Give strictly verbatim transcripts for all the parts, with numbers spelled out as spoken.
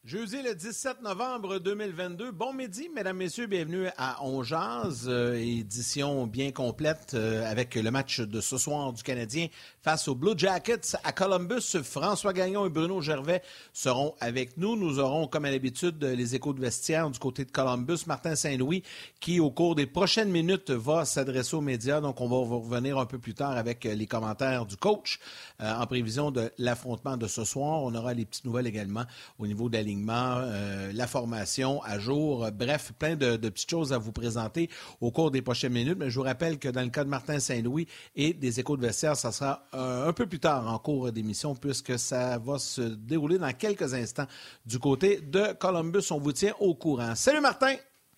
Jeudi le dix-sept novembre deux mille vingt-deux. Bon midi, mesdames, messieurs, bienvenue à On Jase, euh, édition bien complète euh, avec le match de ce soir du Canadien face aux Blue Jackets à Columbus. François Gagnon et Bruno Gervais seront avec nous. Nous aurons, comme à l'habitude, les échos de vestiaire du côté de Columbus. Martin Saint-Louis qui, au cours des prochaines minutes, va s'adresser aux médias. Donc, on va revenir un peu plus tard avec les commentaires du coach euh, en prévision de l'affrontement de ce soir. On aura les petites nouvelles également au niveau de la Euh, la formation à jour. Bref, plein de, de petites choses à vous présenter au cours des prochaines minutes. Mais je vous rappelle que dans le cas de Martin Saint-Louis et des échos de vestiaire, ça sera euh, un peu plus tard en cours d'émission puisque ça va se dérouler dans quelques instants du côté de Columbus. On vous tient au courant. Salut Martin!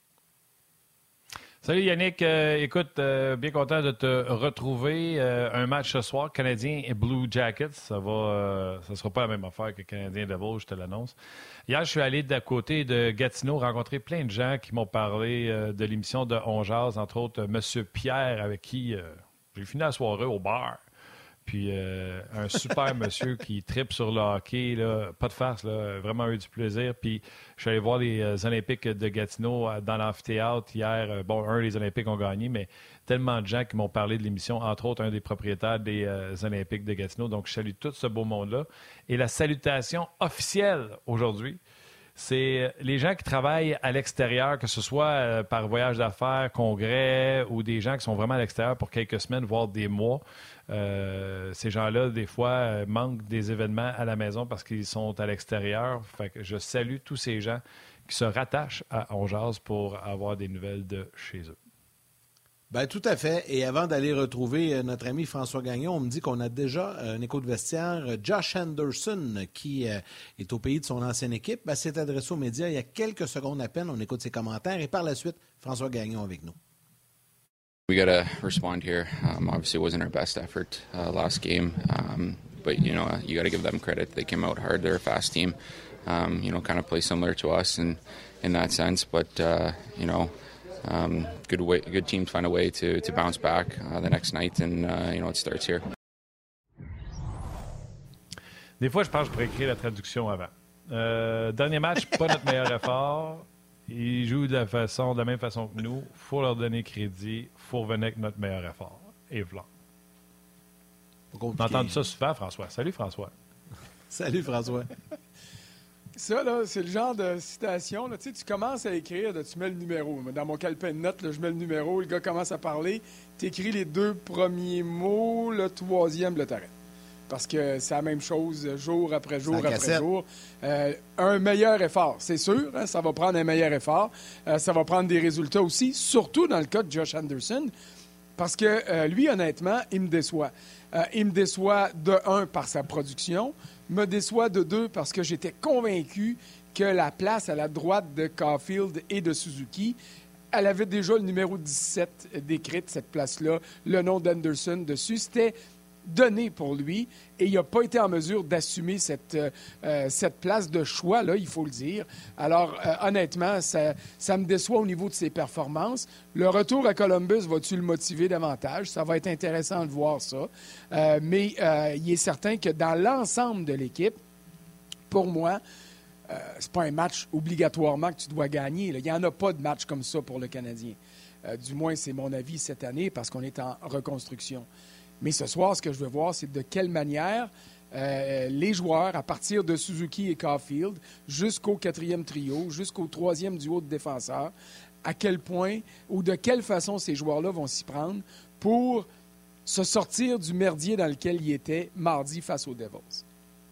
Salut Yannick, euh, écoute, euh, bien content de te retrouver. Euh, un match ce soir, Canadien et Blue Jackets. Ça va, euh, ça sera pas la même affaire que Canadien Devils, je te l'annonce. Hier, je suis allé d'à côté de Gatineau rencontrer plein de gens qui m'ont parlé euh, de l'émission de On Jase, entre autres M. Pierre, avec qui euh, j'ai fini la soirée au bar. Puis euh, un super monsieur qui tripe sur le hockey, là, pas de farce, là, vraiment eu du plaisir. Puis je suis allé voir les euh, Olympiques de Gatineau euh, dans l'amphithéâtre hier. Euh, bon, un, les Olympiques ont gagné, mais tellement de gens qui m'ont parlé de l'émission, entre autres un des propriétaires des euh, Olympiques de Gatineau. Donc je salue tout ce beau monde-là. Et la salutation officielle aujourd'hui, c'est les gens qui travaillent à l'extérieur, que ce soit euh, par voyage d'affaires, congrès, ou des gens qui sont vraiment à l'extérieur pour quelques semaines, voire des mois. Euh, ces gens-là, des fois, euh, manquent des événements à la maison parce qu'ils sont à l'extérieur. Fait que je salue tous ces gens qui se rattachent à On Jase pour avoir des nouvelles de chez eux. Bien, tout à fait. Et avant d'aller retrouver notre ami François Gagnon, on me dit qu'on a déjà un écho de vestiaire. Josh Anderson, qui euh, est au pays de son ancienne équipe, ben, s'est adressé aux médias il y a quelques secondes à peine. On écoute ses commentaires et par la suite, François Gagnon avec nous. We got to respond here. Um, obviously, it wasn't our best effort uh, last game, um, but you know you got to give them credit. They came out hard. They're a fast team. Um, you know, kind of play similar to us in in that sense. But uh, you know, um, good way, good teams find a way to to bounce back uh, the next night, and uh, you know it starts here. Des fois, je pense que je pourrais écrire la traduction avant. Euh, dernier match, pas notre meilleur effort. Ils jouent de la, façon, de la même façon que nous. Il faut leur donner crédit. Il faut revenir avec notre meilleur effort. Et voilà. On a entendu ça souvent, François. Salut, François. Salut, François. Ça, là, c'est le genre de citation. Là, tu sais, tu commences à écrire, là, tu mets le numéro. Dans mon calepin de notes, là, je mets le numéro. Le gars commence à parler. Tu écris les deux premiers mots. Le troisième, le t'arrêtes. Parce que c'est la même chose jour après jour après cassette. jour. Euh, un meilleur effort, c'est sûr. Hein, ça va prendre un meilleur effort. Euh, ça va prendre des résultats aussi, surtout dans le cas de Josh Anderson. Parce que euh, lui, honnêtement, il me déçoit. Euh, il me déçoit de un par sa production, me déçoit de deux parce que j'étais convaincu que la place à la droite de Caulfield et de Suzuki, elle avait déjà le numéro dix-sept décrite, cette place-là, le nom d'Anderson dessus. C'était donné pour lui et il n'a pas été en mesure d'assumer cette, euh, cette place de choix, là, il faut le dire. Alors, euh, honnêtement, ça, ça me déçoit au niveau de ses performances. Le retour à Columbus, va-tu le motiver davantage? Ça va être intéressant de voir ça. Euh, mais euh, il est certain que dans l'ensemble de l'équipe, pour moi, euh, c'est pas un match obligatoirement que tu dois gagner. Là. Il n'y en a pas de match comme ça pour le Canadien. Euh, du moins, c'est mon avis cette année parce qu'on est en reconstruction. Mais ce soir, ce que je veux voir, c'est de quelle manière euh, les joueurs, à partir de Suzuki et Caulfield, jusqu'au quatrième trio, jusqu'au troisième duo de défenseurs, à quel point ou de quelle façon ces joueurs-là vont s'y prendre pour se sortir du merdier dans lequel ils étaient mardi face aux Devils.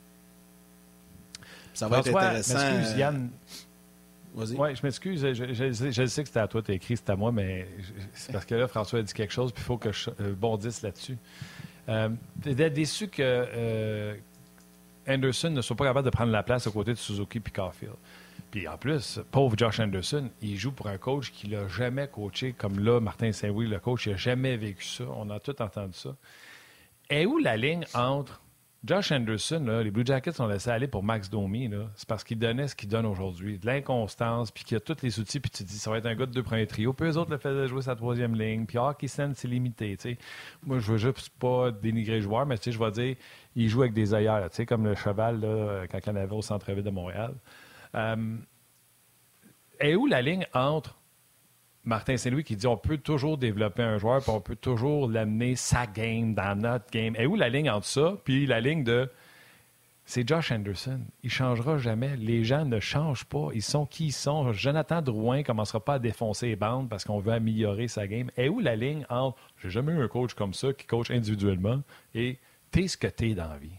Ça va François, être intéressant. M'excuse, Yann. Vas-y. Oui, je m'excuse. Je, je, je, je sais que c'était à toi, tu as écrit, c'est à moi, mais c'est parce que là, François a dit quelque chose, puis il faut que je euh, bondisse là-dessus. Euh, tu es déçu que euh, Anderson ne soit pas capable de prendre la place aux côtés de Suzuki et Caulfield. Puis en plus, pauvre Josh Anderson, il joue pour un coach qui ne l'a jamais coaché, comme là, Martin Saint-Louis, le coach, il n'a jamais vécu ça. On a tous entendu ça. Et où la ligne entre Josh Anderson, là, les Blue Jackets ont laissé aller pour Max Domi, là, c'est parce qu'il donnait ce qu'il donne aujourd'hui, de l'inconstance, puis qu'il a tous les outils, puis tu te dis, ça va être un gars de deux premiers trios, puis eux autres le faisaient jouer sa troisième ligne, puis hockey sense, c'est limité, tu sais. Moi, je veux juste pas dénigrer le joueur, mais tu sais, je vais dire, il joue avec des ailleurs, tu sais, comme le cheval, là, quand il y en avait au centre-ville de Montréal. Euh, et où la ligne entre Martin Saint-Louis qui dit on peut toujours développer un joueur, puis on peut toujours l'amener sa game dans notre game. Et où la ligne entre ça, puis la ligne de c'est Josh Anderson. Il ne changera jamais. Les gens ne changent pas. Ils sont qui ils sont. Jonathan Drouin ne commencera pas à défoncer les bandes parce qu'on veut améliorer sa game. Et où la ligne entre j'ai jamais eu un coach comme ça qui coach individuellement et t'es ce que t'es dans la vie?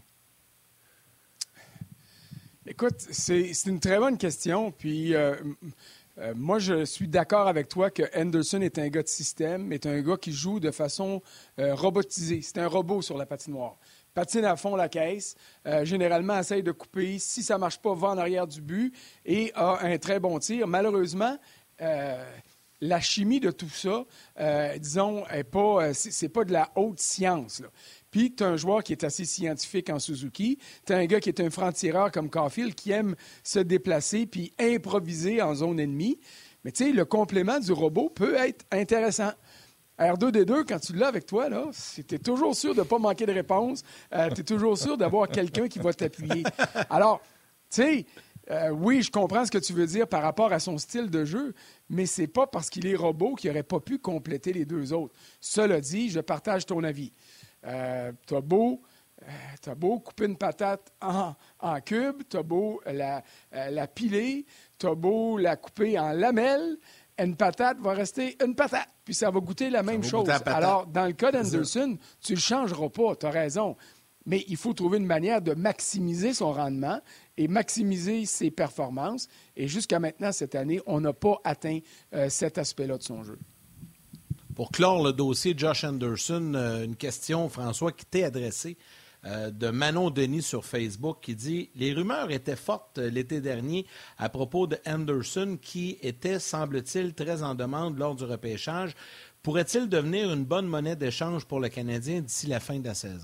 Écoute, c'est, c'est une très bonne question. Puis euh, euh, moi, je suis d'accord avec toi que Anderson est un gars de système, est un gars qui joue de façon euh, robotisée. C'est un robot sur la patinoire. Patine à fond la caisse, euh, généralement essaye de couper. Si ça ne marche pas, va en arrière du but et a un très bon tir. Malheureusement, euh, la chimie de tout ça, euh, disons, est pas, c'est, c'est pas de la haute science, là. Puis, tu as un joueur qui est assez scientifique en Suzuki. Tu as un gars qui est un franc-tireur comme Caulfield qui aime se déplacer puis improviser en zone ennemie. Mais tu sais, le complément du robot peut être intéressant. R deux D deux, quand tu l'as avec toi, là, tu es toujours sûr de ne pas manquer de réponse. Euh, tu es toujours sûr d'avoir quelqu'un qui va t'appuyer. Alors, tu sais, euh, oui, je comprends ce que tu veux dire par rapport à son style de jeu, mais c'est pas parce qu'il est robot qu'il n'aurait pas pu compléter les deux autres. Cela dit, je partage ton avis. Euh, t'as beau, euh, t'as beau couper une patate en, en cube, t'as beau la, euh, la piler, t'as beau la couper en lamelles, une patate va rester une patate, puis ça va goûter la même chose. Alors, dans le cas d'Anderson, tu ne le changeras pas, tu as raison. Mais il faut trouver une manière de maximiser son rendement et maximiser ses performances. Et jusqu'à maintenant, cette année, on n'a pas atteint euh, cet aspect-là de son jeu. Pour clore le dossier Josh Anderson, euh, une question, François, qui t'est adressée euh, de Manon Denis sur Facebook qui dit « Les rumeurs étaient fortes euh, l'été dernier à propos de Anderson qui était, semble-t-il, très en demande lors du repêchage. Pourrait-il devenir une bonne monnaie d'échange pour le Canadien d'ici la fin de la saison? »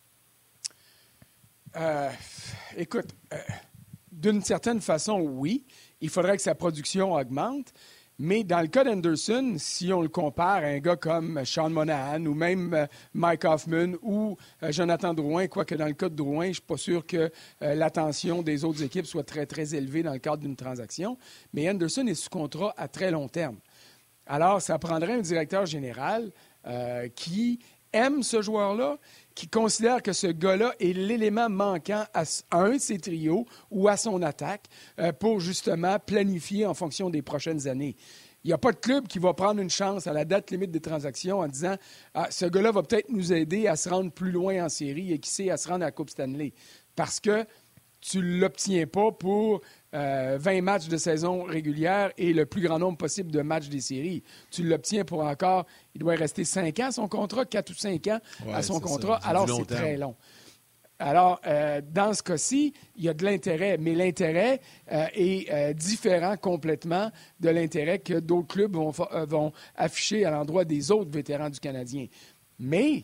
Euh, écoute, euh, d'une certaine façon, oui. Il faudrait que sa production augmente. Mais dans le cas d'Anderson, si on le compare à un gars comme Sean Monahan ou même euh, Mike Hoffman ou euh, Jonathan Drouin, quoique dans le cas de Drouin, je ne suis pas sûr que euh, l'attention des autres équipes soit très, très élevée dans le cadre d'une transaction. Mais Anderson est sous contrat à très long terme. Alors, ça prendrait un directeur général euh, qui aime ce joueur-là, qui considère que ce gars-là est l'élément manquant à, à un de ses trios ou à son attaque euh, pour justement planifier en fonction des prochaines années. Il n'y a pas de club qui va prendre une chance à la date limite des transactions en disant ah, « Ce gars-là va peut-être nous aider à se rendre plus loin en série et qui sait à se rendre à la Coupe Stanley. » Parce que tu ne l'obtiens pas pour euh, vingt matchs de saison régulière et le plus grand nombre possible de matchs des séries. Tu l'obtiens pour encore, il doit rester cinq ans à son contrat, quatre ou cinq ans ouais, à son contrat. Ça, alors, c'est terme. Très long. Alors, euh, dans ce cas-ci, il y a de l'intérêt, mais l'intérêt euh, est euh, différent complètement de l'intérêt que d'autres clubs vont, euh, vont afficher à l'endroit des autres vétérans du Canadien. Mais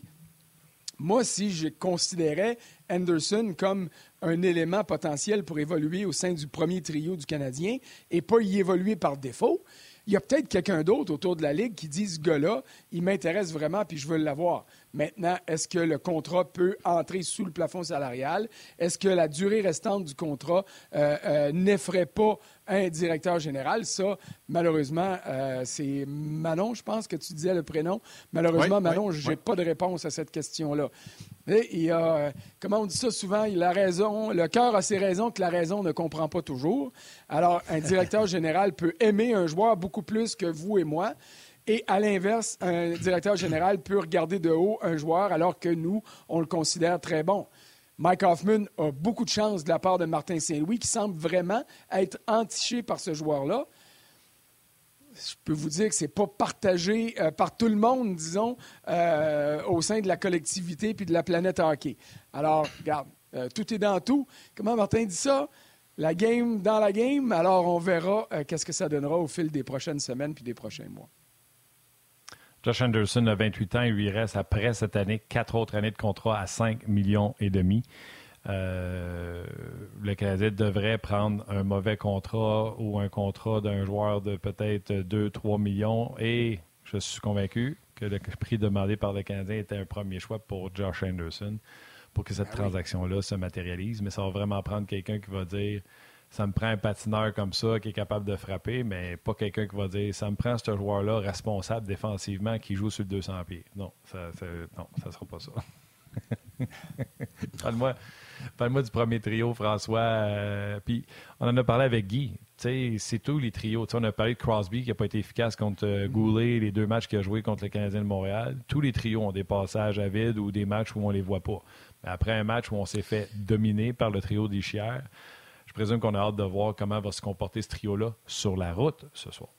moi, si je considérais Anderson comme un élément potentiel pour évoluer au sein du premier trio du Canadien et pas y évoluer par défaut, il y a peut-être quelqu'un d'autre autour de la Ligue qui dit « Ce gars-là, il m'intéresse vraiment puis je veux l'avoir ». Maintenant, est-ce que le contrat peut entrer sous le plafond salarial? Est-ce que la durée restante du contrat euh, euh, n'effraie pas un directeur général? Ça, malheureusement, euh, c'est Manon, je pense que tu disais le prénom. Malheureusement, oui, Manon, oui, je n'ai oui. pas de réponse à cette question-là. Et il y a, euh, comment on dit ça souvent, il a raison, le cœur a ses raisons que la raison ne comprend pas toujours. Alors, un directeur général peut aimer un joueur beaucoup plus que vous et moi. Et à l'inverse, un directeur général peut regarder de haut un joueur alors que nous, on le considère très bon. Mike Hoffman a beaucoup de chance de la part de Martin Saint-Louis qui semble vraiment être entiché par ce joueur-là. Je peux vous dire que ce n'est pas partagé euh, par tout le monde, disons, euh, au sein de la collectivité puis de la planète hockey. Alors, regarde, euh, tout est dans tout. Comment Martin dit ça? La game dans la game. Alors, on verra euh, qu'est-ce que ça donnera au fil des prochaines semaines puis des prochains mois. Josh Anderson a vingt-huit ans. Il lui reste, après cette année, quatre autres années de contrat à cinq millions et demi. Euh, le Canadien devrait prendre un mauvais contrat ou un contrat d'un joueur de peut-être deux à trois millions et je suis convaincu que le prix demandé par le Canadien était un premier choix pour Josh Anderson pour que cette ah oui. transaction-là se matérialise. Mais ça va vraiment prendre quelqu'un qui va dire ça me prend un patineur comme ça qui est capable de frapper, mais pas quelqu'un qui va dire ça me prend ce joueur-là responsable défensivement qui joue sur le deux cents pieds. Non, ça ne sera pas ça. Parle-moi, parle-moi du premier trio, François. Euh, puis on en a parlé avec Guy. T'sais, c'est tous les trios. T'sais, on a parlé de Crosby qui n'a pas été efficace contre euh, Goulet, les deux matchs qu'il a joués contre le Canadien de Montréal. Tous les trios ont des passages à vide ou des matchs où on ne les voit pas. Mais après un match où on s'est fait dominer par le trio des Chières, je présume qu'on a hâte de voir comment va se comporter ce trio-là sur la route ce soir.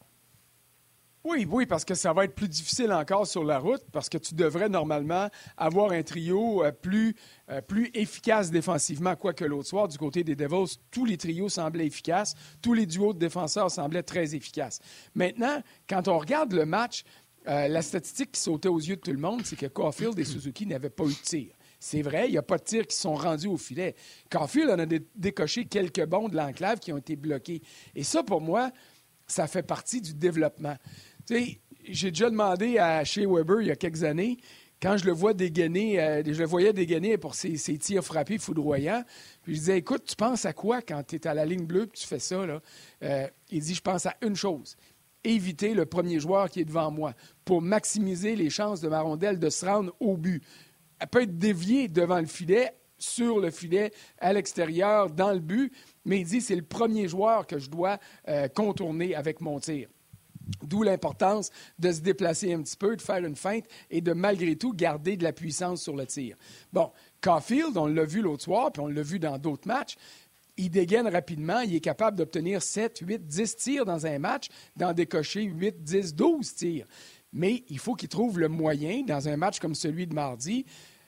Oui, oui, parce que ça va être plus difficile encore sur la route, parce que tu devrais normalement avoir un trio euh, plus, euh, plus efficace défensivement, quoique l'autre soir, du côté des Devils, tous les trios semblaient efficaces, tous les duos de défenseurs semblaient très efficaces. Maintenant, quand on regarde le match, euh, la statistique qui sautait aux yeux de tout le monde, c'est que Caulfield et Suzuki n'avaient pas eu de tir. C'est vrai, il n'y a pas de tirs qui sont rendus au filet. Caulfield en a dé- décoché quelques bons de l'enclave qui ont été bloqués. Et ça, pour moi, ça fait partie du développement. Tu sais, j'ai déjà demandé à Shea Weber il y a quelques années, quand je le vois dégainer, euh, je le voyais dégainer pour ses, ses tirs frappés foudroyants, puis je disais, écoute, tu penses à quoi quand tu es à la ligne bleue et tu fais ça, là? Euh, il dit, je pense à une chose, éviter le premier joueur qui est devant moi pour maximiser les chances de ma rondelle de se rendre au but. Elle peut être déviée devant le filet, sur le filet, à l'extérieur, dans le but, mais il dit, c'est le premier joueur que je dois euh, contourner avec mon tir. D'où l'importance de se déplacer un petit peu, de faire une feinte et de, malgré tout, garder de la puissance sur le tir. Bon, Caulfield, on l'a vu l'autre soir, puis on l'a vu dans d'autres matchs, il dégaine rapidement, il est capable d'obtenir sept, huit, dix tirs dans un match, d'en décocher huit, dix, douze tirs. Mais il faut qu'il trouve le moyen, dans un match comme celui de mardi,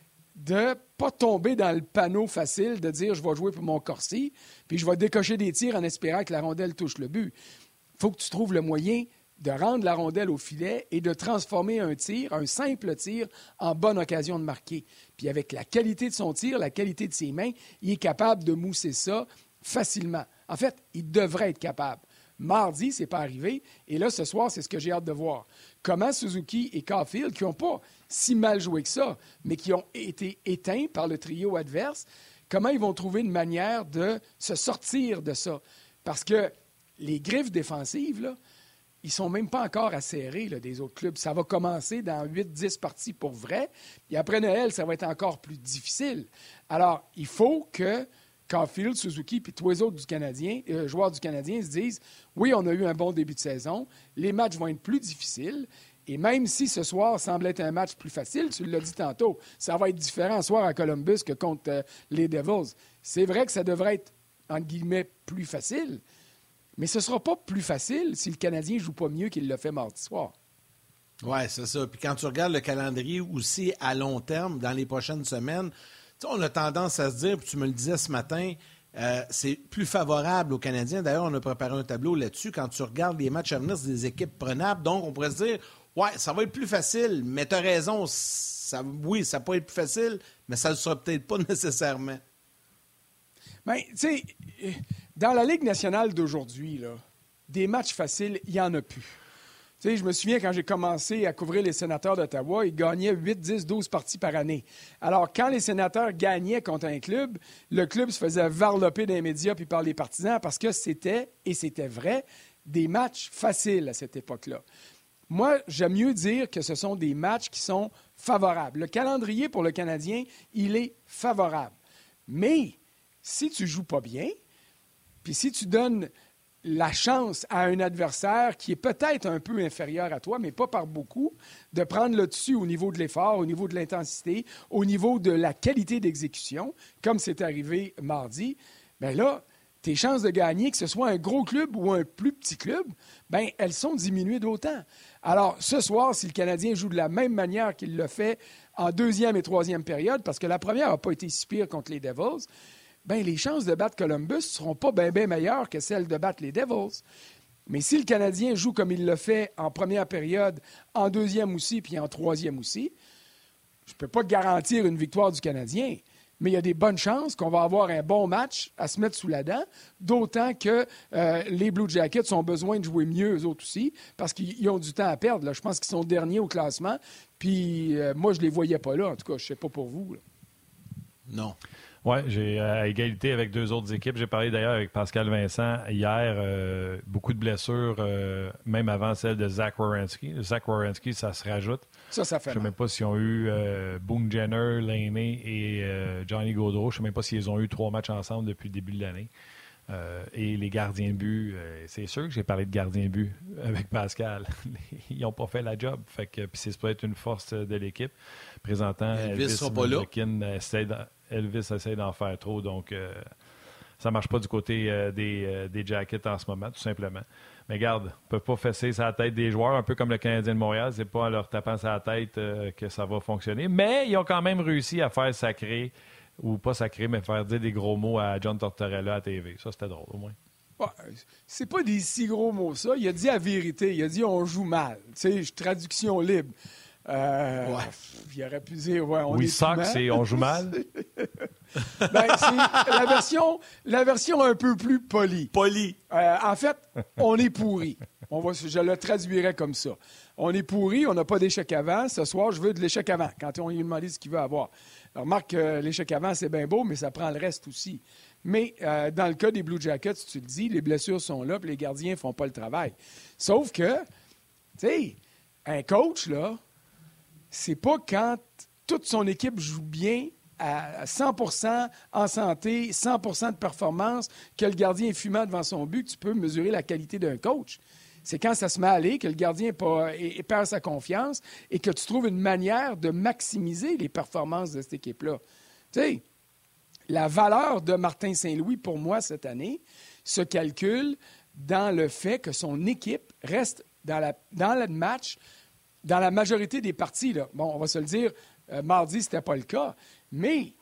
de ne pas tomber dans le panneau facile de dire « je vais jouer pour mon Corsi, puis je vais décocher des tirs en espérant que la rondelle touche le but ». Il faut que tu trouves le moyen de rendre la rondelle au filet et de transformer un tir, un simple tir, en bonne occasion de marquer. Puis avec la qualité de son tir, la qualité de ses mains, il est capable de mousser ça facilement. En fait, il devrait être capable. Mardi, c'est pas arrivé. Et là, ce soir, c'est ce que j'ai hâte de voir. Comment Suzuki et Caulfield, qui n'ont pas si mal joué que ça, mais qui ont été éteints par le trio adverse, comment ils vont trouver une manière de se sortir de ça? Parce que les griffes défensives, là, ils ne sont même pas encore acérés là, des autres clubs. Ça va commencer dans huit dix parties pour vrai. Et après Noël, ça va être encore plus difficile. Alors, il faut que Caulfield, Suzuki puis tous les autres du Canadien, euh, joueurs du Canadien se disent « Oui, on a eu un bon début de saison. Les matchs vont être plus difficiles. Et même si ce soir semble être un match plus facile, tu l'as dit tantôt, ça va être différent ce soir à Columbus que contre euh, les Devils. C'est vrai que ça devrait être, entre guillemets, plus facile. Mais ce ne sera pas plus facile si le Canadien ne joue pas mieux qu'il l'a fait mardi soir. Oui, c'est ça. Puis quand tu regardes le calendrier aussi à long terme, dans les prochaines semaines, on a tendance à se dire, puis tu me le disais ce matin, euh, c'est plus favorable aux Canadiens. D'ailleurs, on a préparé un tableau là-dessus. Quand tu regardes les matchs à venir, c'est des équipes prenables. Donc, on pourrait se dire, ouais, ça va être plus facile, mais tu as raison. Ça, oui, ça peut être plus facile, mais ça ne le sera peut-être pas nécessairement. Bien, tu sais, dans la Ligue nationale d'aujourd'hui, là, des matchs faciles, il n'y en a plus. Tu sais, je me souviens quand j'ai commencé à couvrir les Sénateurs d'Ottawa, ils gagnaient huit, dix, douze parties par année. Alors, quand les Sénateurs gagnaient contre un club, le club se faisait varloper dans les médias puis par les partisans parce que c'était, et c'était vrai, des matchs faciles à cette époque-là. Moi, j'aime mieux dire que ce sont des matchs qui sont favorables. Le calendrier pour le Canadien, il est favorable. Mais si tu ne joues pas bien, puis si tu donnes la chance à un adversaire qui est peut-être un peu inférieur à toi, mais pas par beaucoup, de prendre le dessus au niveau de l'effort, au niveau de l'intensité, au niveau de la qualité d'exécution, comme c'est arrivé mardi, bien là, tes chances de gagner, que ce soit un gros club ou un plus petit club, bien, elles sont diminuées d'autant. Alors, ce soir, si le Canadien joue de la même manière qu'il l'a fait en deuxième et troisième période, parce que la première n'a pas été si pire contre les Devils, bien, les chances de battre Columbus ne seront pas bien, bien meilleures que celles de battre les Devils. Mais si le Canadien joue comme il l'a fait en première période, en deuxième aussi, puis en troisième aussi, je ne peux pas garantir une victoire du Canadien, mais il y a des bonnes chances qu'on va avoir un bon match à se mettre sous la dent, d'autant que euh, les Blue Jackets ont besoin de jouer mieux, eux autres aussi, parce qu'ils ont du temps à perdre. Là. Je pense qu'ils sont derniers au classement, puis euh, moi, je ne les voyais pas là. En tout cas, je ne sais pas pour vous. Là. Non. Oui, j'ai à égalité avec deux autres équipes. J'ai parlé d'ailleurs avec Pascal Vincent hier. Euh, beaucoup de blessures, euh, même avant celle de Zach Werenski. Zach Werenski, ça se rajoute. Ça, ça fait Je ne sais même pas s'ils ont eu euh, Boone Jenner, Lainey et euh, Johnny Gaudreau. Je ne sais même pas s'ils ont eu trois matchs ensemble depuis le début de l'année. Euh, et les gardiens de but, euh, c'est sûr que j'ai parlé de gardiens de but avec Pascal. Ils n'ont pas fait la job. Fait que, puis c'est peut être une force de l'équipe. Présentant, Elvis Elvis sera pas là. essaie d'en, Elvis essaie d'en faire trop. Donc, euh, ça ne marche pas du côté euh, des, euh, des Jackets en ce moment, tout simplement. Mais regarde, on ne peut pas fesser sa tête des joueurs, un peu comme le Canadien de Montréal. C'est pas en leur tapant sa tête euh, que ça va fonctionner. Mais ils ont quand même réussi à faire sacrer, ou pas sacrer, mais faire dire des gros mots à John Tortorella à T V. Ça, c'était drôle, au moins. Ouais, c'est pas des si gros mots, ça. Il a dit la vérité. Il a dit on joue mal. Tu sais, traduction libre. Euh, ouais. Il aurait pu dire ouais, on oui, est ça que c'est on joue mal. Ben, c'est la version, la version un peu plus polie. Poli. Euh, en fait, on est pourri. On va, je le traduirais comme ça. On est pourri, on n'a pas d'échec avant. Ce soir, je veux de l'échec avant, quand on lui demande ce qu'il veut avoir. Alors, remarque que l'échec avant, c'est bien beau, mais ça prend le reste aussi. Mais euh, dans le cas des Blue Jackets, tu le dis, les blessures sont là, puis les gardiens ne font pas le travail. Sauf que, tu sais, un coach, là, c'est pas quand toute son équipe joue bien à cent pour cent en santé, cent pour cent de performance, que le gardien est fumant devant son but, que tu peux mesurer la qualité d'un coach. C'est quand ça se met à aller, que le gardien pas, et, et perd sa confiance et que tu trouves une manière de maximiser les performances de cette équipe-là. Tu sais, la valeur de Martin Saint-Louis, pour moi, cette année, se calcule dans le fait que son équipe reste dans, la, dans le match, dans la majorité des parties. Là. Bon, on va se le dire, euh, mardi, ce n'était pas le cas. Mais,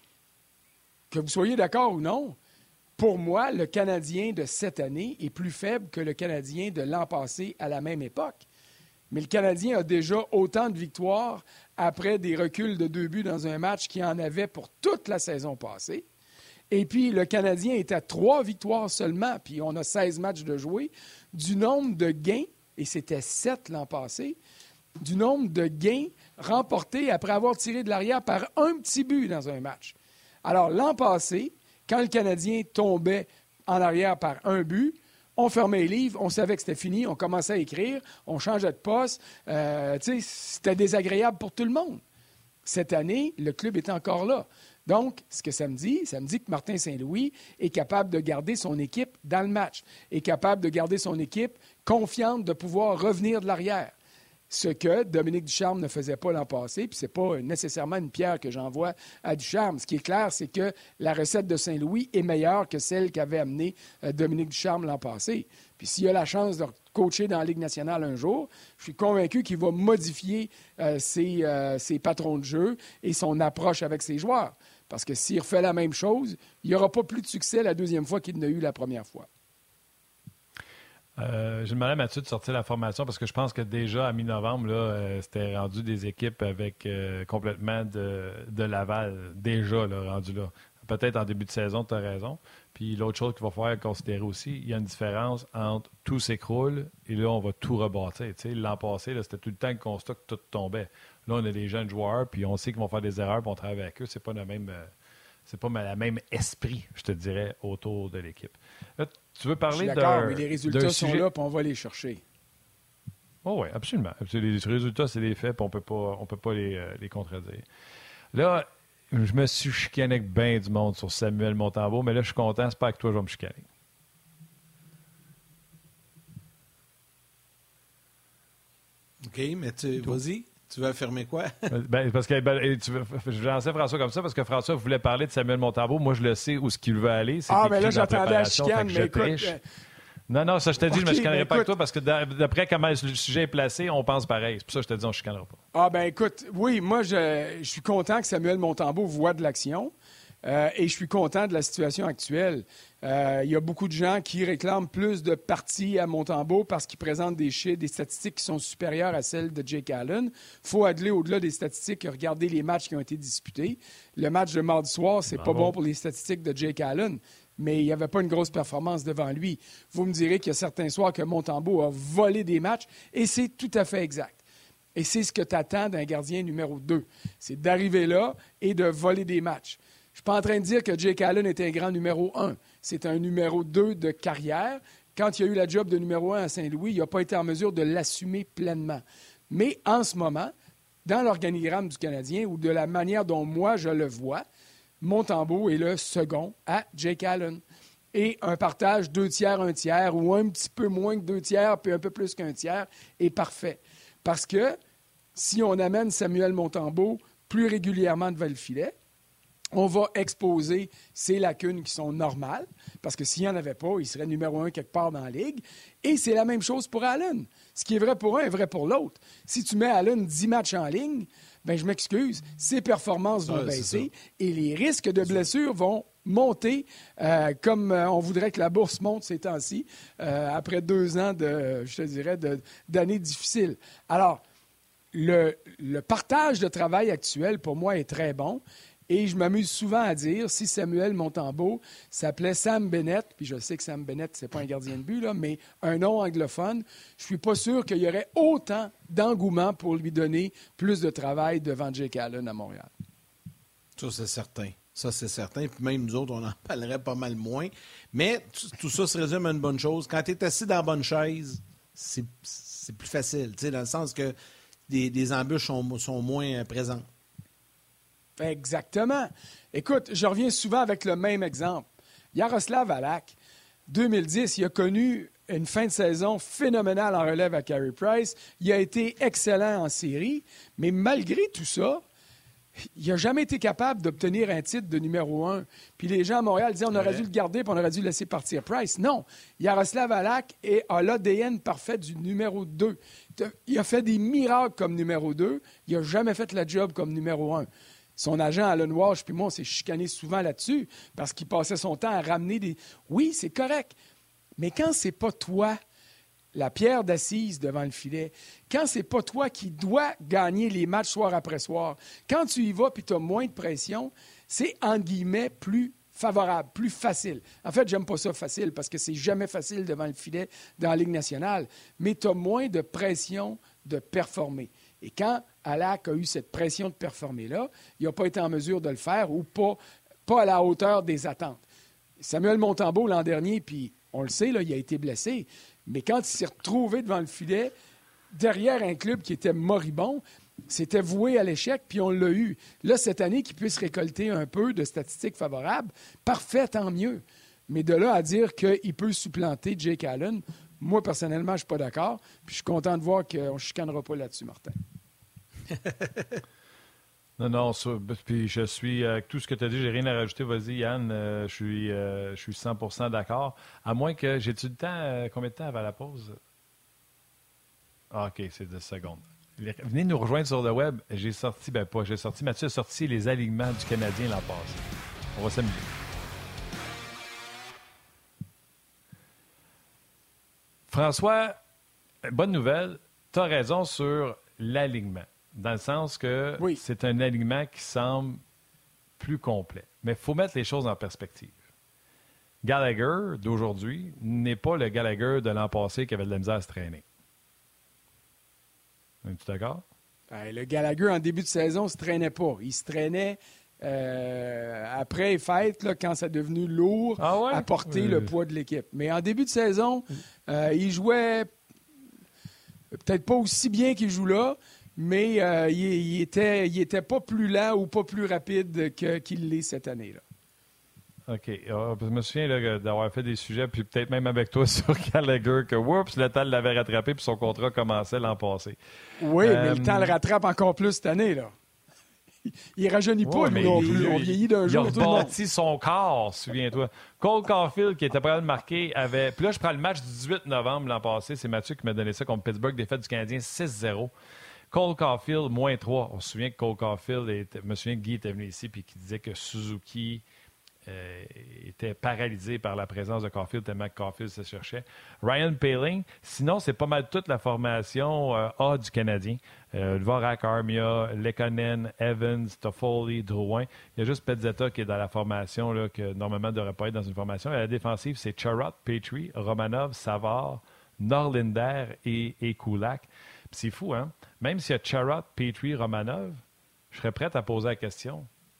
que vous soyez d'accord ou non, pour moi, le Canadien de cette année est plus faible que le Canadien de l'an passé à la même époque. Mais le Canadien a déjà autant de victoires après des reculs de deux buts dans un match qu'il en avait pour toute la saison passée. Et puis, le Canadien est à trois victoires seulement, puis on a seize matchs de jouer, du nombre de gains, et c'était sept l'an passé, du nombre de gains remportés après avoir tiré de l'arrière par un petit but dans un match. Alors, l'an passé, quand le Canadien tombait en arrière par un but, on fermait les livres, on savait que c'était fini, on commençait à écrire, on changeait de poste. Euh, tu sais, c'était désagréable pour tout le monde. Cette année, le club est encore là. Donc, ce que ça me dit, ça me dit que Martin Saint-Louis est capable de garder son équipe dans le match, est capable de garder son équipe confiante de pouvoir revenir de l'arrière. Ce que Dominique Ducharme ne faisait pas l'an passé, puis ce n'est pas nécessairement une pierre que j'envoie à Ducharme. Ce qui est clair, c'est que la recette de Saint-Louis est meilleure que celle qu'avait amenée Dominique Ducharme l'an passé. Puis s'il a la chance de coacher dans la Ligue nationale un jour, je suis convaincu qu'il va modifier euh, ses, euh, ses patrons de jeu et son approche avec ses joueurs. Parce que s'il refait la même chose, il n'y aura pas plus de succès la deuxième fois qu'il n'a eu la première fois. Euh, j'ai demandé à Mathieu de sortir la formation parce que je pense que déjà à mi-novembre, là, euh, c'était rendu des équipes avec euh, complètement de, de Laval, déjà là, rendu là. Peut-être en début de saison, tu as raison. Puis l'autre chose qu'il va falloir considérer aussi, il y a une différence entre tout s'écroule et là, on va tout rebâtir. Tu sais, l'an passé, là, c'était tout le temps le constat que tout tombait. Là, on a des jeunes joueurs, puis on sait qu'ils vont faire des erreurs, puis on travaille avec eux. C'est pas le même... Euh, C'est pas le même esprit, je te dirais, autour de l'équipe. Là, tu veux parler de. D'accord, mais les résultats sont sujet... là, puis on va les chercher. Oh oui, absolument. Les résultats, c'est des faits, puis on peut pas, on peut pas les, euh, les contredire. Là, je me suis chicané avec bien du monde sur Samuel Montembeault, mais là, je suis content. C'est pas avec toi que je vais me chicaner. OK, mais tu, vas-y. Tu veux affirmer quoi? ben, parce que ben, tu veux, j'en sais François comme ça parce que François voulait parler de Samuel Montembeault. Moi, je le sais où ce qu'il veut aller. C'est ah, mais là, j'attendais à chicane, mais écoute... Euh... Non, non, ça, je te dis, okay, je ne me chicanerai pas écoute... avec toi parce que d'après comment le sujet est placé, on pense pareil. C'est pour ça que je te dis, on ne chicanera pas. Ah, ben écoute, oui, moi, je, je suis content que Samuel Montembeault voit de l'action. Euh, et je suis content de la situation actuelle. Euh, il y a beaucoup de gens qui réclament plus de parties à Montembeault parce qu'il présente des chiffres, des statistiques qui sont supérieures à celles de Jake Allen. Il faut aller au-delà des statistiques et regarder les matchs qui ont été disputés. Le match de mardi soir, c'est Bravo. Pas bon pour les statistiques de Jake Allen, mais il n'y avait pas une grosse performance devant lui. Vous me direz qu'il y a certains soirs que Montembeault a volé des matchs, et c'est tout à fait exact. Et c'est ce que tu attends d'un gardien numéro deux. C'est d'arriver là et de voler des matchs. suis pas en train de dire que Jake Allen est un grand numéro un. C'est un numéro deux de carrière. Quand il a eu la job de numéro un à Saint-Louis, il n'a pas été en mesure de l'assumer pleinement. Mais en ce moment, dans l'organigramme du Canadien ou de la manière dont moi je le vois, Montembeault est le second à Jake Allen. Et un partage deux tiers, un tiers, ou un petit peu moins que deux tiers, puis un peu plus qu'un tiers, est parfait. Parce que si on amène Samuel Montembeault plus régulièrement devant le filet, on va exposer ces lacunes qui sont normales, parce que s'il n'y en avait pas, il serait numéro un quelque part dans la Ligue. Et c'est la même chose pour Allen. Ce qui est vrai pour un est vrai pour l'autre. Si tu mets Allen dix matchs en ligne, bien, je m'excuse, ses performances vont ouais, baisser et les risques de blessures vont monter euh, comme euh, on voudrait que la bourse monte ces temps-ci, euh, après deux ans de, je te dirais, de, d'années difficiles. Alors, le, le partage de travail actuel, pour moi, est très bon. Et je m'amuse souvent à dire, si Samuel Montembeault s'appelait Sam Bennett, puis je sais que Sam Bennett, c'est pas un gardien de but, là, mais un nom anglophone, je suis pas sûr qu'il y aurait autant d'engouement pour lui donner plus de travail devant Jake Allen à Montréal. Ça, c'est certain. Ça, c'est certain. Puis même nous autres, on en parlerait pas mal moins. Mais tout ça se résume à une bonne chose. Quand tu es assis dans la bonne chaise, c'est, c'est plus facile, tu sais, dans le sens que des, des embûches sont, sont moins présentes. Exactement. Écoute, je reviens souvent avec le même exemple. Yaroslav Halak, deux mille dix, il a connu une fin de saison phénoménale en relève à Carey Price. Il a été excellent en série, mais malgré tout ça, il n'a jamais été capable d'obtenir un titre de numéro un. Puis les gens à Montréal disaient on aurait dû le garder puis on aurait dû laisser partir Price. Non, Yaroslav Halak est, a l'A D N parfait du numéro deux. Il a fait des miracles comme numéro deux. Il n'a jamais fait la job comme numéro un. Son agent, Alan Walsh, puis moi, on s'est chicané souvent là-dessus parce qu'il passait son temps à ramener des... Oui, c'est correct. Mais quand c'est pas toi, la pierre d'assise devant le filet, quand c'est pas toi qui dois gagner les matchs soir après soir, quand tu y vas puis tu as moins de pression, c'est, entre guillemets, plus favorable, plus facile. En fait, j'aime pas ça facile parce que c'est jamais facile devant le filet dans la Ligue nationale, mais tu as moins de pression de performer. Et quand Halak a eu cette pression de performer-là, il n'a pas été en mesure de le faire ou pas, pas à la hauteur des attentes. Samuel Montembeault, l'an dernier, puis on le sait, là, il a été blessé, mais quand il s'est retrouvé devant le filet, derrière un club qui était moribond, c'était voué à l'échec, puis on l'a eu. Là, cette année, qu'il puisse récolter un peu de statistiques favorables, parfait, tant mieux. Mais de là à dire qu'il peut supplanter Jake Allen, moi, personnellement, je ne suis pas d'accord. Puis je suis content de voir qu'on ne chicanera pas là-dessus, Martin. non, non, ça, puis je suis, avec tout ce que tu as dit, j'ai rien à rajouter. Vas-y, Yann, euh, je suis, euh, je suis cent pour cent d'accord. À moins que, j'ai-tu le temps, euh, combien de temps avant la pause? Ah, OK, c'est dix secondes. Venez nous rejoindre sur le web. J'ai sorti, ben pas, j'ai sorti, Mathieu a sorti les alignements du Canadien l'an passé. On va s'amuser. François, bonne nouvelle, tu as raison sur l'alignement, dans le sens que oui. C'est un alignement qui semble plus complet. Mais il faut mettre les choses en perspective. Gallagher d'aujourd'hui n'est pas le Gallagher de l'an passé qui avait de la misère à se traîner. Es-tu d'accord? Ben, le Gallagher, en début de saison, ne se traînait pas. Il se traînait euh, après les fêtes, là, quand ça est devenu lourd ah ouais? à porter oui. le poids de l'équipe. Mais en début de saison, euh, il jouait peut-être pas aussi bien qu'il joue là, mais euh, il, il, était, il était pas plus lent ou pas plus rapide que, qu'il l'est cette année-là. OK. Alors, je me souviens là, d'avoir fait des sujets, puis peut-être même avec toi sur Gallagher, que oups, le temps l'avait rattrapé, puis son contrat commençait l'an passé. Oui, euh, mais le temps le rattrape encore plus cette année, là. Il ne rajeunit pas, ouais, lui non plus. Il, On vieillit d'un il jour. Il a rebâti son corps, souviens-toi. Cole Caulfield, qui était prêt à le marquer, avait... Puis là, je prends le match du dix-huit novembre l'an passé. C'est Mathieu qui m'a donné ça contre Pittsburgh, défaite du Canadien six zéro. Cole Caulfield, moins trois. On se souvient que Cole Caulfield, était... je me souviens que Guy était venu ici et qui disait que Suzuki... Euh, était paralysé par la présence de Caulfield tellement que Caulfield se cherchait. Ryan Poehling, sinon, c'est pas mal toute la formation euh, A du Canadien. Euh, Dvorak, Armia, Lekkonen, Evans, Toffoli, Drouin. Il y a juste Pezzetta qui est dans la formation là, que normalement ne devrait pas être dans une formation. Et à la défensive, c'est Chariot, Petrie, Romanov, Savard, Norlinder et, et Kulak. Puis c'est fou, hein? Même s'il y a Chariot, Petrie, Romanov, je serais prêt à poser la question.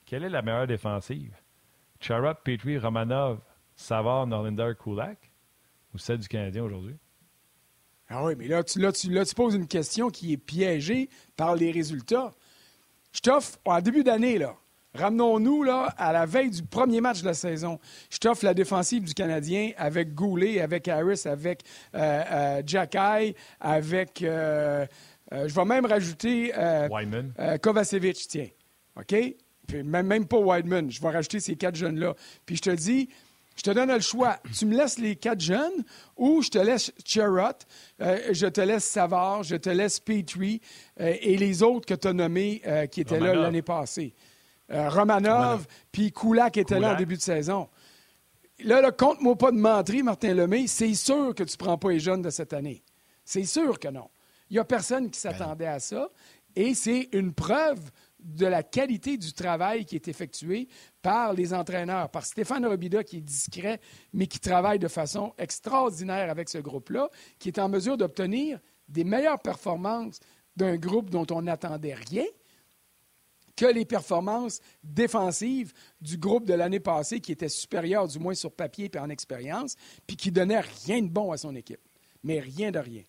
quelle est la meilleure défensive? Chara, Petrie, Romanov, Savard, Norlinder, Kulak ou celle du Canadien aujourd'hui? Ah oui, mais là tu, là, tu, là, tu poses une question qui est piégée par les résultats. Je t'offre, en début d'année, là, ramenons-nous là, à la veille du premier match de la saison. Je t'offre la défensive du Canadien avec Goulet, avec Harris, avec euh, euh, Jacky, avec... Euh, euh, je vais même rajouter euh, euh, Kovacevic, tiens. OK? Puis même, même pas Wideman. Je vais rajouter ces quatre jeunes-là. Puis je te dis, je te donne le choix. Tu me laisses les quatre jeunes ou je te laisse Chariot, euh, je te laisse Savard, je te laisse Petrie euh, et les autres que tu as nommés euh, qui étaient Romanov. Là l'année passée. Euh, Romanov, Romanov. Puis Kulak était Kulak. Là en début de saison. Là, là compte-moi pas de menterie, Martin Lemay. C'est sûr que tu ne prends pas les jeunes de cette année. C'est sûr que non. Il n'y a personne qui s'attendait à ça. Et c'est une preuve de la qualité du travail qui est effectué par les entraîneurs, par Stéphane Robida, qui est discret, mais qui travaille de façon extraordinaire avec ce groupe-là, qui est en mesure d'obtenir des meilleures performances d'un groupe dont on n'attendait rien que les performances défensives du groupe de l'année passée, qui était supérieur, du moins sur papier et en expérience, puis qui donnait rien de bon à son équipe. Mais rien de rien.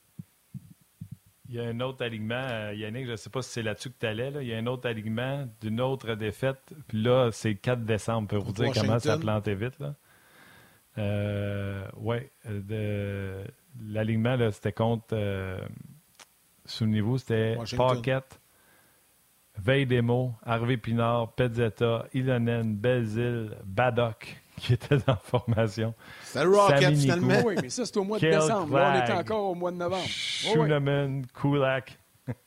Il y a un autre alignement, Yannick, je ne sais pas si c'est là-dessus que tu allais, là. Il y a un autre alignement d'une autre défaite. Puis là, c'est le quatre décembre. Je peux vous dire Washington. Comment ça a planté vite. Là. Euh, oui. L'alignement, là, c'était contre... Euh, souvenez-vous, c'était Paquette, Veidemo, Harvey Pinard, Pezzetta, Ilonen, Belzile, Baddock, qui étaient dans la formation. C'est le Rocket, finalement. Oui, mais ça, c'est au mois de décembre. Là, on était encore au mois de novembre. Schooneman, oh, oui. Kulak.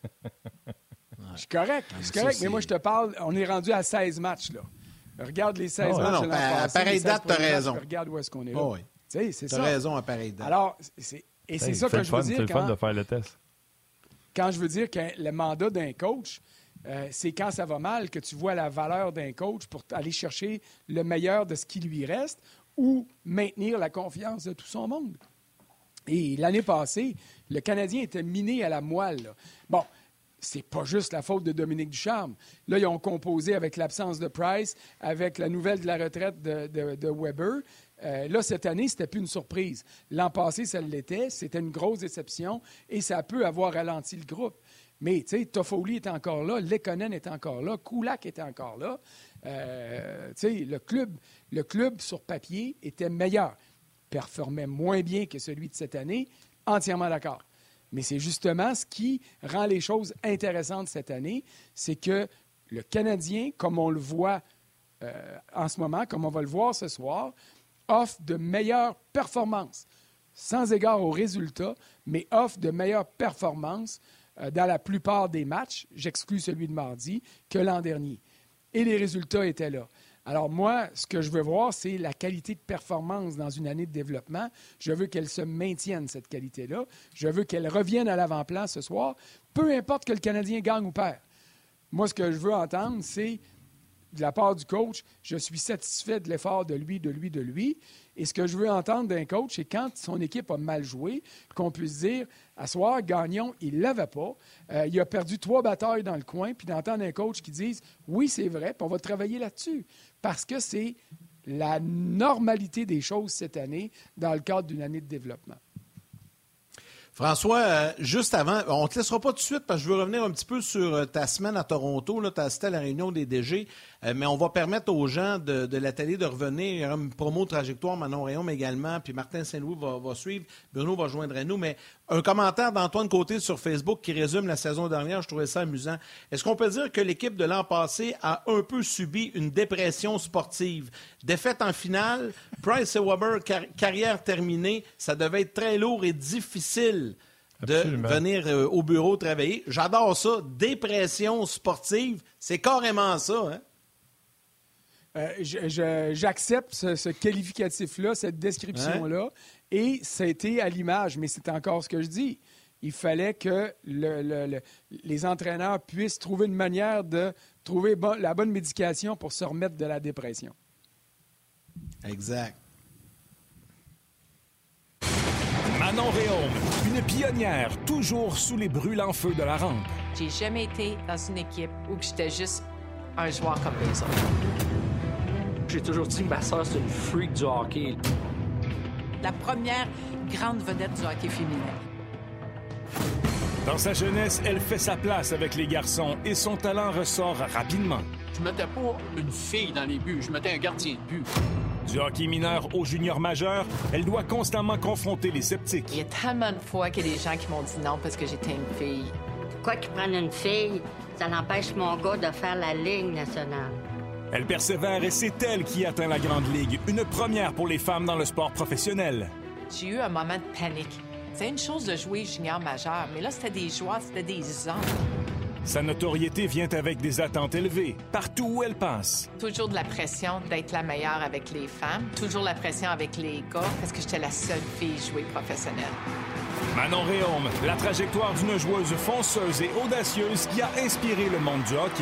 Je suis correct, je suis correct, mais moi, je te parle, on est rendu à seize matchs, là. Regarde les seize oh, matchs non, de l'an passé. À pareille date, tu as raison. Matchs, regarde où est-ce qu'on est là. Oh, oui. Tu sais, c'est t'as ça. raison, à pareille date. Alors, c'est, et c'est hey, ça que je veux dire. C'est le fun quand, de faire le test. Quand je veux dire que le mandat d'un coach, Euh, c'est quand ça va mal que tu vois la valeur d'un coach pour aller chercher le meilleur de ce qui lui reste ou maintenir la confiance de tout son monde. Et l'année passée, le Canadien était miné à la moelle. Là. Bon, c'est pas juste la faute de Dominique Ducharme. Là, ils ont composé avec l'absence de Price, avec la nouvelle de la retraite de, de, de Weber. Euh, là, cette année, c'était plus une surprise. L'an passé, ça l'était. C'était une grosse déception et ça peut avoir ralenti le groupe. Mais, tu sais, Toffoli est encore là, Lekkonen est encore là, Kulak est encore là. Euh, tu sais, le club, le club, sur papier, était meilleur. Performait moins bien que celui de cette année, entièrement d'accord. Mais c'est justement ce qui rend les choses intéressantes cette année, c'est que le Canadien, comme on le voit euh, en ce moment, comme on va le voir ce soir, offre de meilleures performances, sans égard aux résultats, mais offre de meilleures performances dans la plupart des matchs, j'exclus celui de mardi, que l'an dernier. Et les résultats étaient là. Alors moi, ce que je veux voir, c'est la qualité de performance dans une année de développement. Je veux qu'elle se maintienne, cette qualité-là. Je veux qu'elle revienne à l'avant-plan ce soir, peu importe que le Canadien gagne ou perd. Moi, ce que je veux entendre, c'est, de la part du coach, je suis satisfait de l'effort de lui, de lui, de lui. Et ce que je veux entendre d'un coach, c'est quand son équipe a mal joué, qu'on puisse dire, à soir, Gagnon, il ne l'avait pas. Euh, il a perdu trois batailles dans le coin, puis d'entendre un coach qui dise, oui, c'est vrai, puis on va travailler là-dessus. Parce que c'est la normalité des choses cette année dans le cadre d'une année de développement. François, euh, juste avant, on ne te laissera pas tout de suite parce que je veux revenir un petit peu sur euh, ta semaine à Toronto. Tu as assisté à la réunion des D G, euh, mais on va permettre aux gens de, de la télé de revenir. Il y aura une promo trajectoire, Manon Rhéaume également, puis Martin Saint-Louis va, va suivre. Bruno va joindre à nous, mais un commentaire d'Antoine Côté sur Facebook qui résume la saison dernière, je trouvais ça amusant. Est-ce qu'on peut dire que l'équipe de l'an passé a un peu subi une dépression sportive? Défaite en finale, Price et Weber, car- carrière terminée, ça devait être très lourd et difficile de Absolument. venir euh, au bureau travailler. J'adore ça. Dépression sportive, c'est carrément ça. Hein? Euh, je, je, j'accepte ce, ce qualificatif-là, cette description-là, hein? Et c'était à l'image, mais c'est encore ce que je dis. Il fallait que le, le, le, les entraîneurs puissent trouver une manière de trouver bon, la bonne médication pour se remettre de la dépression. Exact. Manon Rhéaume, une pionnière toujours sous les brûlants feux de la rampe. J'ai jamais été dans une équipe où j'étais juste un joueur comme les autres. J'ai toujours dit que ma sœur, c'est une freak du hockey. La première grande vedette du hockey féminin. Dans sa jeunesse, elle fait sa place avec les garçons et son talent ressort rapidement. Je mettais pas une fille dans les buts, je mettais un gardien de but. Du hockey mineur au junior majeur, elle doit constamment confronter les sceptiques. Il y a tellement de fois qu'il y a des gens qui m'ont dit non parce que j'étais une fille. Quoi qu'ils prennent une fille, ça n'empêche mon gars de faire la Ligue nationale. Elle persévère et c'est elle qui atteint la Grande Ligue, une première pour les femmes dans le sport professionnel. J'ai eu un moment de panique. C'est une chose de jouer junior majeur, mais là, c'était des joueurs, c'était des hommes. Sa notoriété vient avec des attentes élevées, partout où elle passe. Toujours de la pression d'être la meilleure avec les femmes, toujours la pression avec les gars, parce que j'étais la seule fille jouée professionnelle. Manon Réaume, la trajectoire d'une joueuse fonceuse et audacieuse qui a inspiré le monde du hockey.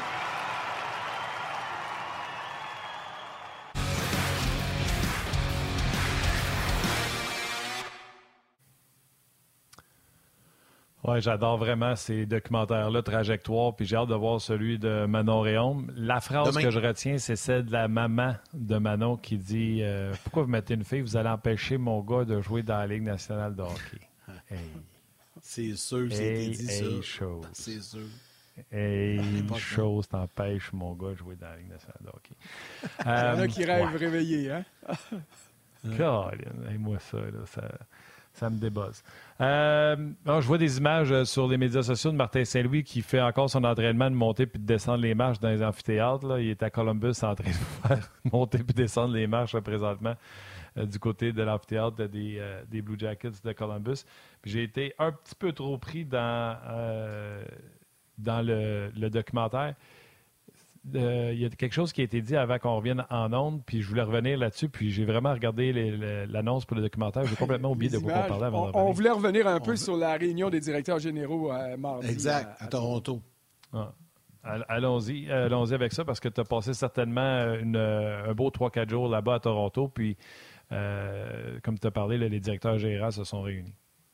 Oui, j'adore vraiment ces documentaires-là, Trajectoire, puis j'ai hâte de voir celui de Manon Réaume. La phrase Demain. que je retiens, c'est celle de la maman de Manon qui dit euh, « Pourquoi vous mettez une fille? Vous allez empêcher mon gars de jouer dans la Ligue nationale de hockey. » Hey. C'est sûr que c'était hey, dit hey, ça. Chose. C'est sûr. Hey, chose t'empêche mon gars de jouer dans la Ligue nationale de hockey. Il y en a qui rêvent ouais. réveillés, hein? Colin, hey, moi ça, là, ça... Ça me débuzz. Euh, bon, je vois des images sur les médias sociaux de Martin Saint-Louis qui fait encore son entraînement de monter puis de descendre les marches dans les amphithéâtres. Là. Il est à Columbus en train de faire monter puis descendre les marches là, présentement euh, du côté de l'amphithéâtre des, euh, des Blue Jackets de Columbus. Puis j'ai été un petit peu trop pris dans, euh, dans le, le documentaire. Euh, il y a quelque chose qui a été dit avant qu'on revienne en ondes, puis je voulais revenir là-dessus, puis j'ai vraiment regardé les, les, l'annonce pour le documentaire. J'ai complètement oublié les de quoi on parlait on, avant de on voulait revenir un peu on... sur la réunion des directeurs généraux euh, mardi. Exact, à, à, à Toronto. Ah. Allons-y, allons-y avec ça, parce que tu as passé certainement une, un beau trois quatre jours là-bas à Toronto, puis euh, comme tu as parlé, là, les directeurs généraux se sont réunis.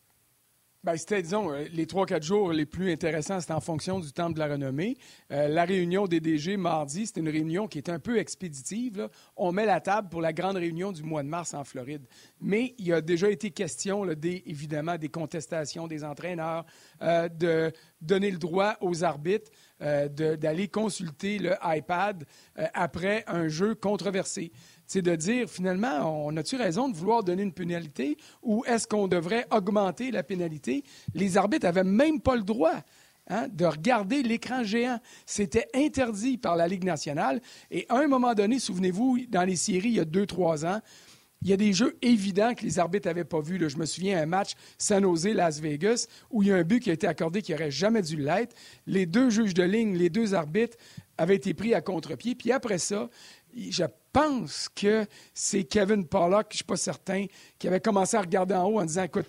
Ben, c'était, disons, les trois quatre jours les plus intéressants, c'était en fonction du Temple de la Renommée. Euh, la réunion des D G mardi, c'était une réunion qui est un peu expéditive. Là. On met la table pour la grande réunion du mois de mars en Floride. Mais il y a déjà été question, là, des, évidemment, des contestations des entraîneurs, euh, de donner le droit aux arbitres euh, de, d'aller consulter le iPad euh, après un jeu controversé. C'est de dire, finalement, on a-tu raison de vouloir donner une pénalité ou est-ce qu'on devrait augmenter la pénalité? Les arbitres n'avaient même pas le droit hein, de regarder l'écran géant. C'était interdit par la Ligue nationale. Et à un moment donné, souvenez-vous, dans les séries, il y a deux, trois ans, il y a des jeux évidents que les arbitres n'avaient pas vus. Là. Je me souviens un match San Jose-Las Vegas où il y a un but qui a été accordé qui n'aurait jamais dû l'être. Les deux juges de ligne, les deux arbitres avaient été pris à contre-pied. Puis après ça, je pense que c'est Kevin Pollock, je ne suis pas certain, qui avait commencé à regarder en haut en disant « Écoute,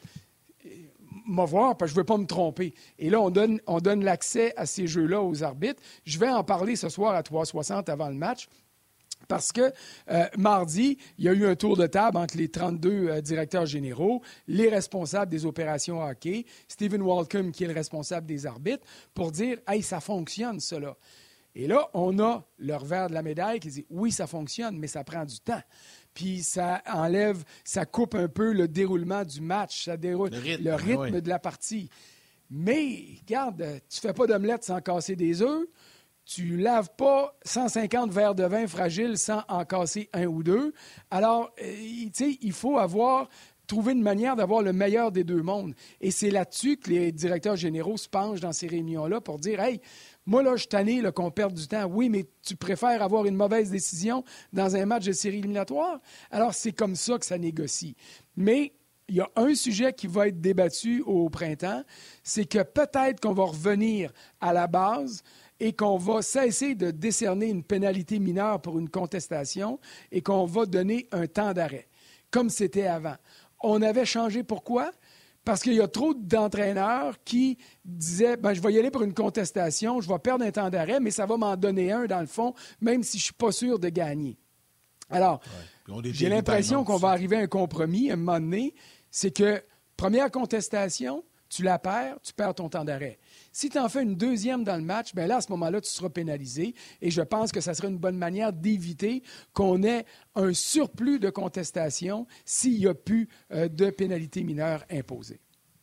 m'a voir, parce que je ne veux pas me tromper. » Et là, on donne, on donne l'accès à ces jeux-là aux arbitres. Je vais en parler ce soir à trois soixante avant le match. Parce que euh, mardi, il y a eu un tour de table entre les trente-deux euh, directeurs généraux, les responsables des opérations hockey, Stephen Walcom, qui est le responsable des arbitres, pour dire « Hey, ça fonctionne, cela. » Et là, on a le revers de la médaille qui dit « Oui, ça fonctionne, mais ça prend du temps. » Puis ça enlève, ça coupe un peu le déroulement du match, ça déroule le rythme, le rythme oui. de la partie. Mais, regarde, tu fais pas d'omelette sans casser des œufs. Tu laves pas cent cinquante verres de vin fragiles sans en casser un ou deux. Alors, euh, tu sais, il faut avoir, trouver une manière d'avoir le meilleur des deux mondes. Et c'est là-dessus que les directeurs généraux se penchent dans ces réunions-là pour dire « Hey, moi, là, je suis tanné là, qu'on perde du temps. Oui, mais tu préfères avoir une mauvaise décision dans un match de série éliminatoire? » Alors, c'est comme ça que ça négocie. Mais il y a un sujet qui va être débattu au printemps, c'est que peut-être qu'on va revenir à la base et qu'on va cesser de décerner une pénalité mineure pour une contestation et qu'on va donner un temps d'arrêt, comme c'était avant. On avait changé pourquoi? Parce qu'il y a trop d'entraîneurs qui disaient ben, « je vais y aller pour une contestation, je vais perdre un temps d'arrêt, mais ça va m'en donner un dans le fond, même si je ne suis pas sûr de gagner. » Alors, ouais. j'ai l'impression qu'on va arriver à un compromis à un moment donné, c'est que première contestation, tu la perds, tu perds ton temps d'arrêt. Si tu en fais une deuxième dans le match, bien là, à ce moment-là, tu seras pénalisé. Et je pense que ça serait une bonne manière d'éviter qu'on ait un surplus de contestation s'il n'y a plus euh, de pénalités mineures imposées.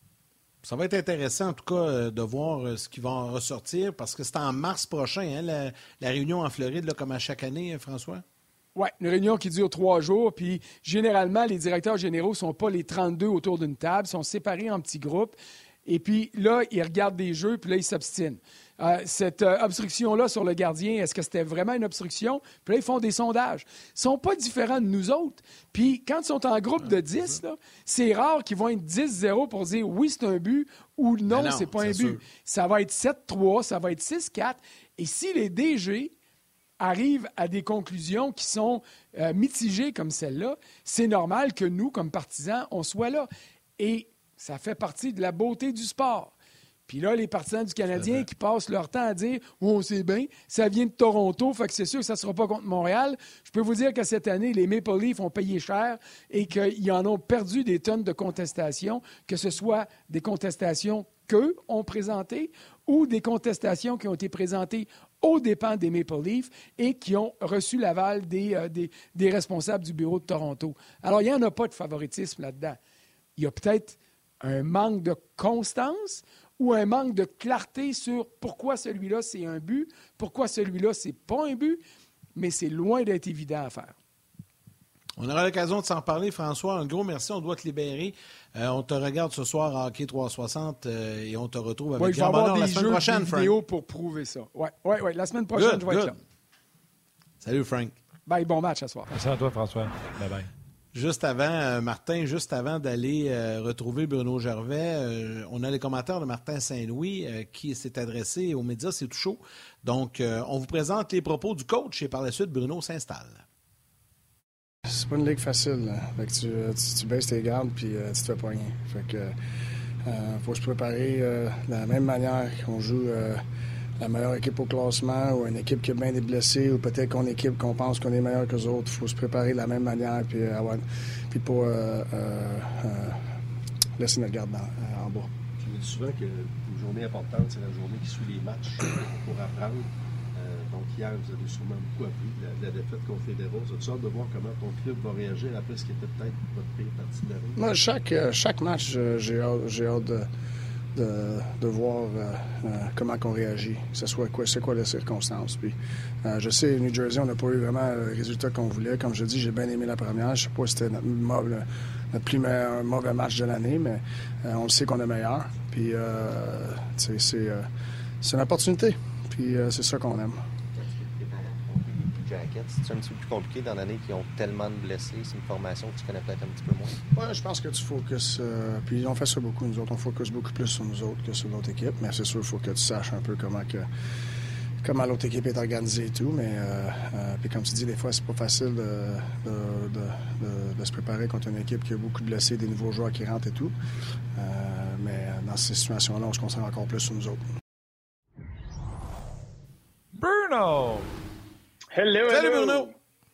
Ça va être intéressant, en tout cas, euh, de voir euh, ce qui va en ressortir, parce que c'est en mars prochain, hein, la, la réunion en Floride, là, comme à chaque année, François? Oui, une réunion qui dure trois jours. Puis, généralement, les directeurs généraux ne sont pas les trente-deux autour d'une table, sont séparés en petits groupes. Et puis, là, ils regardent des jeux, puis là, ils s'obstinent. Euh, cette euh, obstruction-là sur le gardien, est-ce que c'était vraiment une obstruction? Puis là, ils font des sondages. Ils ne sont pas différents de nous autres. Puis, quand ils sont en groupe de dix, là, c'est rare qu'ils vont être dix zéro pour dire oui, c'est un but ou non, non c'est pas un but. Sûr. Ça va être sept trois, ça va être six quatre. Et si les D G arrivent à des conclusions qui sont euh, mitigées comme celle-là, c'est normal que nous, comme partisans, on soit là. Et ça fait partie de la beauté du sport. Puis là, les partisans du Canadien qui passent leur temps à dire « Oh, c'est bien, ça vient de Toronto, fait que c'est sûr que ça ne sera pas contre Montréal », je peux vous dire que cette année, les Maple Leafs ont payé cher et qu'ils en ont perdu des tonnes de contestations, que ce soit des contestations qu'eux ont présentées ou des contestations qui ont été présentées aux dépens des Maple Leafs et qui ont reçu l'aval des, euh, des, des responsables du bureau de Toronto. Alors, il n'y en a pas de favoritisme là-dedans. Il y a peut-être un manque de constance ou un manque de clarté sur pourquoi celui-là, c'est un but, pourquoi celui-là, c'est pas un but, mais c'est loin d'être évident à faire. On aura l'occasion de s'en parler, François. Un gros merci, on doit te libérer. Euh, on te regarde ce soir à Hockey trois cent soixante euh, et on te retrouve avec ouais, Jean Bonheur la semaine jeux, prochaine, Frank. Vidéos pour prouver ça. Oui, ouais, ouais, la semaine prochaine, good, je vais good. être là. Salut, Frank. Bye, bon match à soir. Merci à toi, François. Bye-bye. Juste avant, euh, Martin, juste avant d'aller euh, retrouver Bruno Gervais, euh, on a les commentaires de Martin Saint-Louis euh, qui s'est adressé aux médias, c'est tout chaud. Donc, euh, on vous présente les propos du coach et par la suite, Bruno s'installe. C'est pas une ligue facile. Fait que tu, tu, tu baisses tes gardes puis euh, tu te fais poigner. Fait que euh, faut se préparer euh, de la même manière qu'on joue euh, la meilleure équipe au classement ou une équipe qui a bien des blessés ou peut-être qu'on équipe qu'on pense qu'on est meilleur que les autres. Il faut se préparer de la même manière puis, euh, avoir, puis pas euh, euh, euh, laisser notre garde dans, euh, en bas. Je dis souvent qu'une journée importante, c'est la journée qui suit les matchs pour apprendre. Donc, hier, vous avez sûrement beaucoup appris de la, de la défaite contre les Devils. As-tu hâte de voir comment ton club va réagir après ce qui était peut-être votre pire partie de l'année? Moi, chaque, euh, chaque match, euh, j'ai hâte, j'ai hâte de, de, de voir euh, euh, comment on réagit, que ce soit quoi, c'est quoi les circonstances. Puis, euh, je sais, New Jersey, on n'a pas eu vraiment le résultat qu'on voulait. Comme je dis, j'ai bien aimé la première. Je ne sais pas si c'était notre, mauvais, notre plus meilleur, mauvais match de l'année, mais euh, on le sait qu'on est meilleur. Puis, euh, c'est, c'est, euh, c'est une opportunité. Puis, euh, c'est ça qu'on aime. C'est un petit peu plus compliqué dans l'année qui ont tellement de blessés. C'est une formation que tu connais peut-être un petit peu moins. Oui, je pense que tu focuses. Euh, puis on fait ça beaucoup, nous autres. On focus beaucoup plus sur nous autres que sur l'autre équipe. Mais c'est sûr, il faut que tu saches un peu comment que comment l'autre équipe est organisée et tout. Mais euh, euh, puis comme tu dis, des fois, c'est pas facile de, de, de, de, de se préparer contre une équipe qui a beaucoup de blessés, des nouveaux joueurs qui rentrent et tout. Euh, mais dans ces situations-là, on se concentre encore plus sur nous autres. Bruno! Hello, Salut hello. Bruno!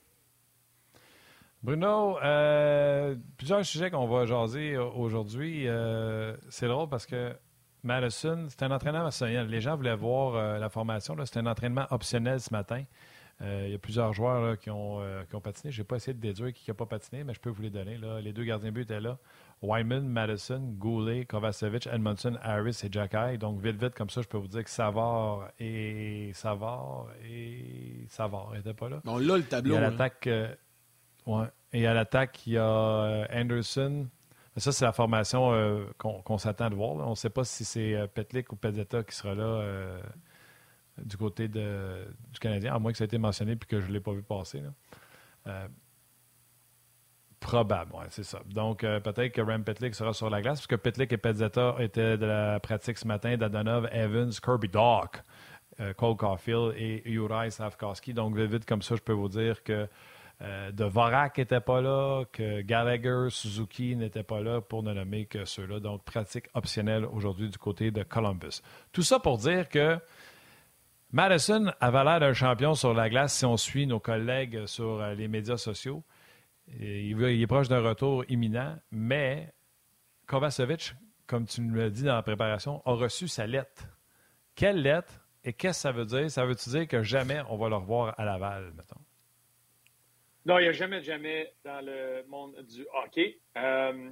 Bruno, euh, plusieurs sujets qu'on va jaser aujourd'hui. Euh, c'est drôle parce que Madison, c'est un entraînement optionnel. Les gens voulaient voir euh, la formation. Là, c'est un entraînement optionnel ce matin. Euh, il y a plusieurs joueurs là, qui, ont, euh, qui ont patiné. Je n'ai pas essayé de déduire qui n'a pas patiné, mais je peux vous les donner. Là. Les deux gardiens de but étaient là. Wyman, Madison, Goulet, Kovacevic, Edmondson, Harris et Jacky. Donc, vite, vite, comme ça, je peux vous dire que Savard et Savard et Savard n'étaient pas là. On l'a le tableau. Et à hein. l'attaque, euh, ouais. Et à l'attaque, il y a euh, Anderson. Ça, c'est la formation euh, qu'on, qu'on s'attend de voir. Là. On ne sait pas si c'est euh, Petlik ou Pezzetta qui sera là euh, du côté de, du Canadien, à moins que ça ait été mentionné et que je ne l'ai pas vu passer. Là. Euh, Probable, oui, c'est ça. Donc, euh, peut-être que Rem Petlik sera sur la glace, parce que Petlik et Pezzetta étaient de la pratique ce matin. Dadonov, Evans, Kirby Dach, euh, Cole Caulfield et Juraj Slafkovský. Donc, vite, vite, comme ça, je peux vous dire que euh, Dvorak n'était pas là, que Gallagher, Suzuki n'était pas là, pour ne nommer que ceux-là. Donc, pratique optionnelle aujourd'hui du côté de Columbus. Tout ça pour dire que Madison avait l'air d'un champion sur la glace si on suit nos collègues sur euh, les médias sociaux. Il est proche d'un retour imminent, mais Kovacevic, comme tu me l'as dit dans la préparation, a reçu sa lettre. Quelle lettre et qu'est-ce que ça veut dire? Ça veut-tu dire que jamais on va le revoir à Laval, mettons? Non, il n'y a jamais de jamais dans le monde du hockey. Euh,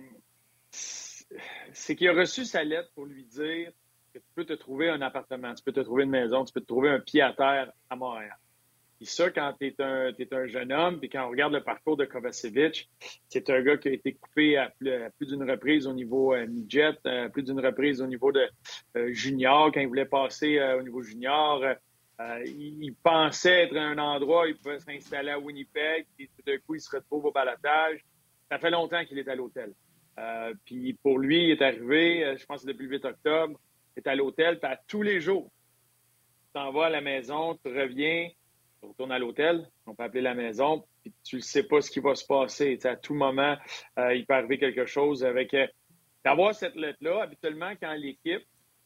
c'est qu'il a reçu sa lettre pour lui dire que tu peux te trouver un appartement, tu peux te trouver une maison, tu peux te trouver un pied à terre à Montréal. Puis ça, quand tu es un, t'es un jeune homme, puis quand on regarde le parcours de Kovacevic, c'est un gars qui a été coupé à plus, à plus d'une reprise au niveau euh, midget, à plus d'une reprise au niveau de euh, junior, quand il voulait passer euh, au niveau junior. Euh, il, il pensait être à un endroit où il pouvait s'installer à Winnipeg, puis tout d'un coup, il se retrouve au balotage. Ça fait longtemps qu'il est à l'hôtel. Euh, puis pour lui, il est arrivé, euh, je pense que c'est depuis le huit octobre, il est à l'hôtel, puis à tous les jours, tu t'en vas à la maison, tu reviens, tu retournes à l'hôtel, on peut appeler la maison, puis tu ne sais pas ce qui va se passer. T'sais, à tout moment, euh, il peut arriver quelque chose avec... Euh, d'avoir cette lettre-là, habituellement, quand l'équipe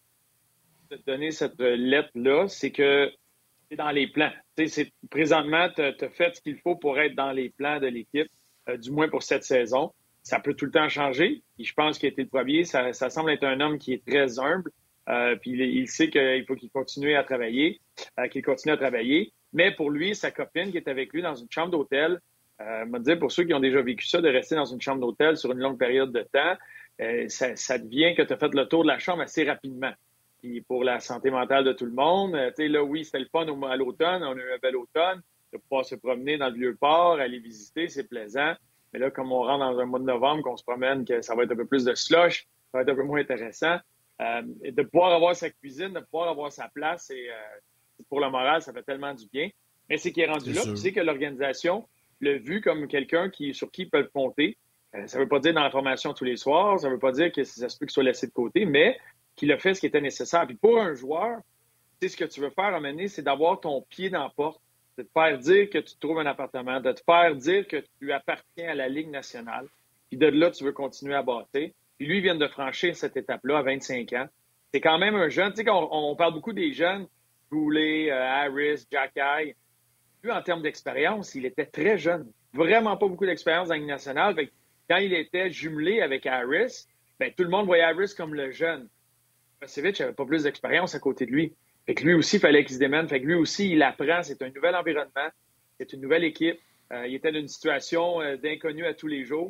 te donne cette lettre-là, c'est que tu es dans les plans. C'est, présentement, tu as fait ce qu'il faut pour être dans les plans de l'équipe, euh, du moins pour cette saison. Ça peut tout le temps changer. Puis je pense qu'il a été le premier. Ça, ça semble être un homme qui est très humble. Euh, puis il, il sait qu'il faut qu'il continue à travailler, euh, qu'il continue à travailler. Mais pour lui, sa copine qui est avec lui dans une chambre d'hôtel, euh, m'a dit pour ceux qui ont déjà vécu ça, de rester dans une chambre d'hôtel sur une longue période de temps, euh, ça, ça devient que tu as fait le tour de la chambre assez rapidement. Puis pour la santé mentale de tout le monde, euh, tu sais, là, oui, c'était le fun au, à l'automne. On a eu un bel automne. De pouvoir se promener dans le Vieux-Port, aller visiter, c'est plaisant. Mais là, comme on rentre dans un mois de novembre, qu'on se promène, que ça va être un peu plus de slush, ça va être un peu moins intéressant. Euh, et de pouvoir avoir sa cuisine, de pouvoir avoir sa place, et, euh, pour le moral, ça fait tellement du bien. Mais c'est qu'il est rendu c'est là, tu sais que l'organisation l'a vu comme quelqu'un qui, sur qui ils peuvent compter. Euh, ça ne veut pas dire dans la formation tous les soirs, ça ne veut pas dire que ça se peut qu'il soit laissé de côté, mais qu'il a fait ce qui était nécessaire. Puis pour un joueur, tu sais, ce que tu veux faire à un moment donné, c'est d'avoir ton pied dans la porte, de te faire dire que tu trouves un appartement, de te faire dire que tu appartiens à la Ligue nationale. Puis de là, tu veux continuer à bâtir. Puis lui, il vient de franchir cette étape-là à vingt-cinq ans. C'est quand même un jeune. Tu sais, on, on parle beaucoup des jeunes, Goulet, euh, Harris, Jacky. Lui, en termes d'expérience, il était très jeune. Vraiment pas beaucoup d'expérience dans la Ligue nationale. Fait que quand il était jumelé avec Harris, bien, tout le monde voyait Harris comme le jeune. Kovacevic n'avait pas plus d'expérience à côté de lui. Fait que lui aussi, il fallait qu'il se démène. Fait que lui aussi, il apprend. C'est un nouvel environnement. C'est une nouvelle équipe. Euh, il était dans une situation euh, d'inconnu à tous les jours.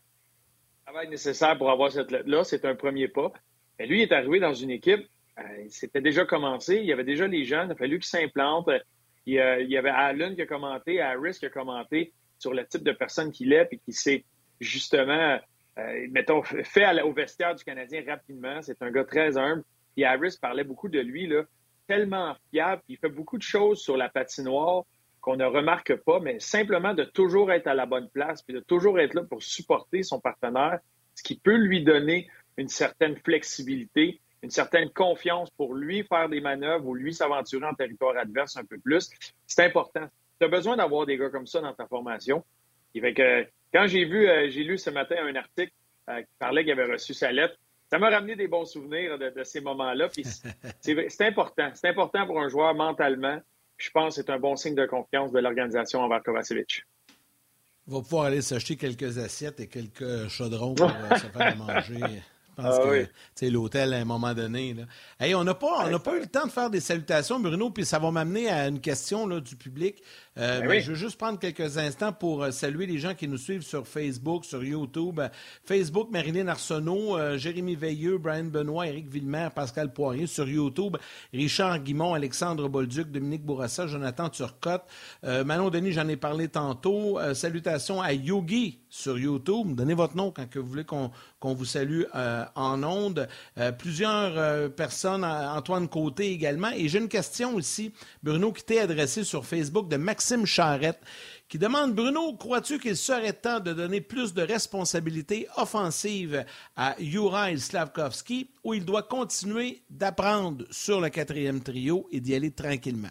Le travail nécessaire pour avoir cette lettre-là, c'est un premier pas. Mais lui, il est arrivé dans une équipe. Euh, c'était déjà commencé. Il y avait déjà les jeunes. Il a fallu qu'il s'implante. Il, euh, il y avait Allen qui a commenté, Harris qui a commenté sur le type de personne qu'il est, puis qui s'est justement, euh, mettons, fait à la, au vestiaire du Canadien rapidement. C'est un gars très humble. Puis Harris parlait beaucoup de lui, là, tellement fiable. Puis il fait beaucoup de choses sur la patinoire qu'on ne remarque pas, mais simplement de toujours être à la bonne place, puis de toujours être là pour supporter son partenaire, ce qui peut lui donner une certaine flexibilité, une certaine confiance pour lui faire des manœuvres ou lui s'aventurer en territoire adverse un peu plus. C'est important. Tu as besoin d'avoir des gars comme ça dans ta formation. Et fait que, quand j'ai vu, euh, j'ai lu ce matin un article euh, qui parlait qu'il avait reçu sa lettre, ça m'a ramené des bons souvenirs de, de ces moments-là. Puis c'est, c'est important. C'est important pour un joueur mentalement. Je pense que c'est un bon signe de confiance de l'organisation envers Kovacevic. Il va pouvoir aller s'acheter quelques assiettes et quelques chaudrons pour euh, se faire manger. Je pense ah, que oui. L'hôtel, à un moment donné. Là. Hey, on n'a pas, on n'a pas eu le temps de faire des salutations, Bruno, puis ça va m'amener à une question là, du public. Euh, ben oui. Je veux juste prendre quelques instants pour euh, saluer les gens qui nous suivent sur Facebook, sur YouTube. Facebook, Marilyn Arsenault, euh, Jérémy Veilleux, Brian Benoît, Éric Villemaire, Pascal Poirier. Sur YouTube, Richard Guimond, Alexandre Bolduc, Dominique Bourassa, Jonathan Turcotte. Euh, Manon Denis, j'en ai parlé tantôt. Euh, salutations à Yogi sur YouTube. Donnez votre nom quand que vous voulez qu'on, qu'on vous salue euh, en ondes. Euh, plusieurs euh, personnes, Antoine Côté également. Et j'ai une question aussi, Bruno, qui t'est adressée sur Facebook de Maxime Charette, qui demande, Bruno, crois-tu qu'il serait temps de donner plus de responsabilités offensives à Juraj Slafkovský ou il doit continuer d'apprendre sur le quatrième trio et d'y aller tranquillement?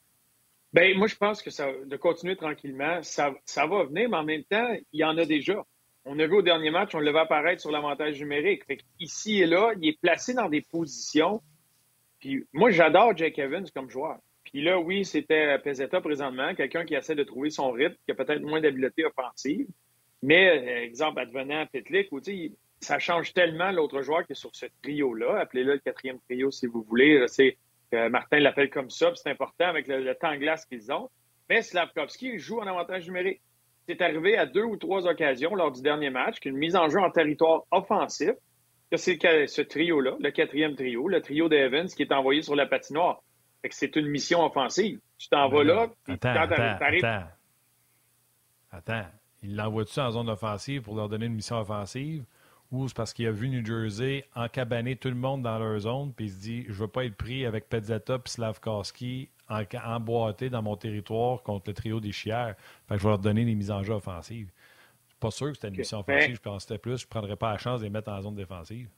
Bien, moi, je pense que ça, de continuer tranquillement, ça, ça va venir, mais en même temps, il y en a déjà. On a vu au dernier match, on le va apparaître sur l'avantage numérique. Fait ici et là, il est placé dans des positions. Puis moi, j'adore Jake Evans comme joueur. Puis là, oui, c'était Pezzetta présentement, quelqu'un qui essaie de trouver son rythme, qui a peut-être moins d'habileté offensive. Mais, exemple, advenant Pitlick, où tu sais, ça change tellement l'autre joueur qui est sur ce trio-là. Appelez-le le quatrième trio si vous voulez. C'est euh, Martin l'appelle comme ça, puis c'est important avec le, le temps de glace qu'ils ont. Mais Slafkovský joue en avantage numérique. C'est arrivé à deux ou trois occasions lors du dernier match qu'une mise en jeu en territoire offensif, que c'est ce trio-là, le quatrième trio, le trio d'Evans qui est envoyé sur la patinoire. Fait que c'est une mission offensive. Tu t'en vas là, puis attends, quand attends, t'arrives... attends. Attends. Il l'envoie-tu en zone offensive pour leur donner une mission offensive ou c'est parce qu'il a vu New Jersey encabaner tout le monde dans leur zone puis il se dit « Je veux pas être pris avec Pezzetta et Slafkovský en, emboîté dans mon territoire contre le trio des Chières. Fait que je vais leur donner des mises en jeu offensives. » Je suis pas sûr que c'était une okay. mission offensive. Mais... Je pensais plus. Je ne prendrais pas la chance de les mettre en zone défensive.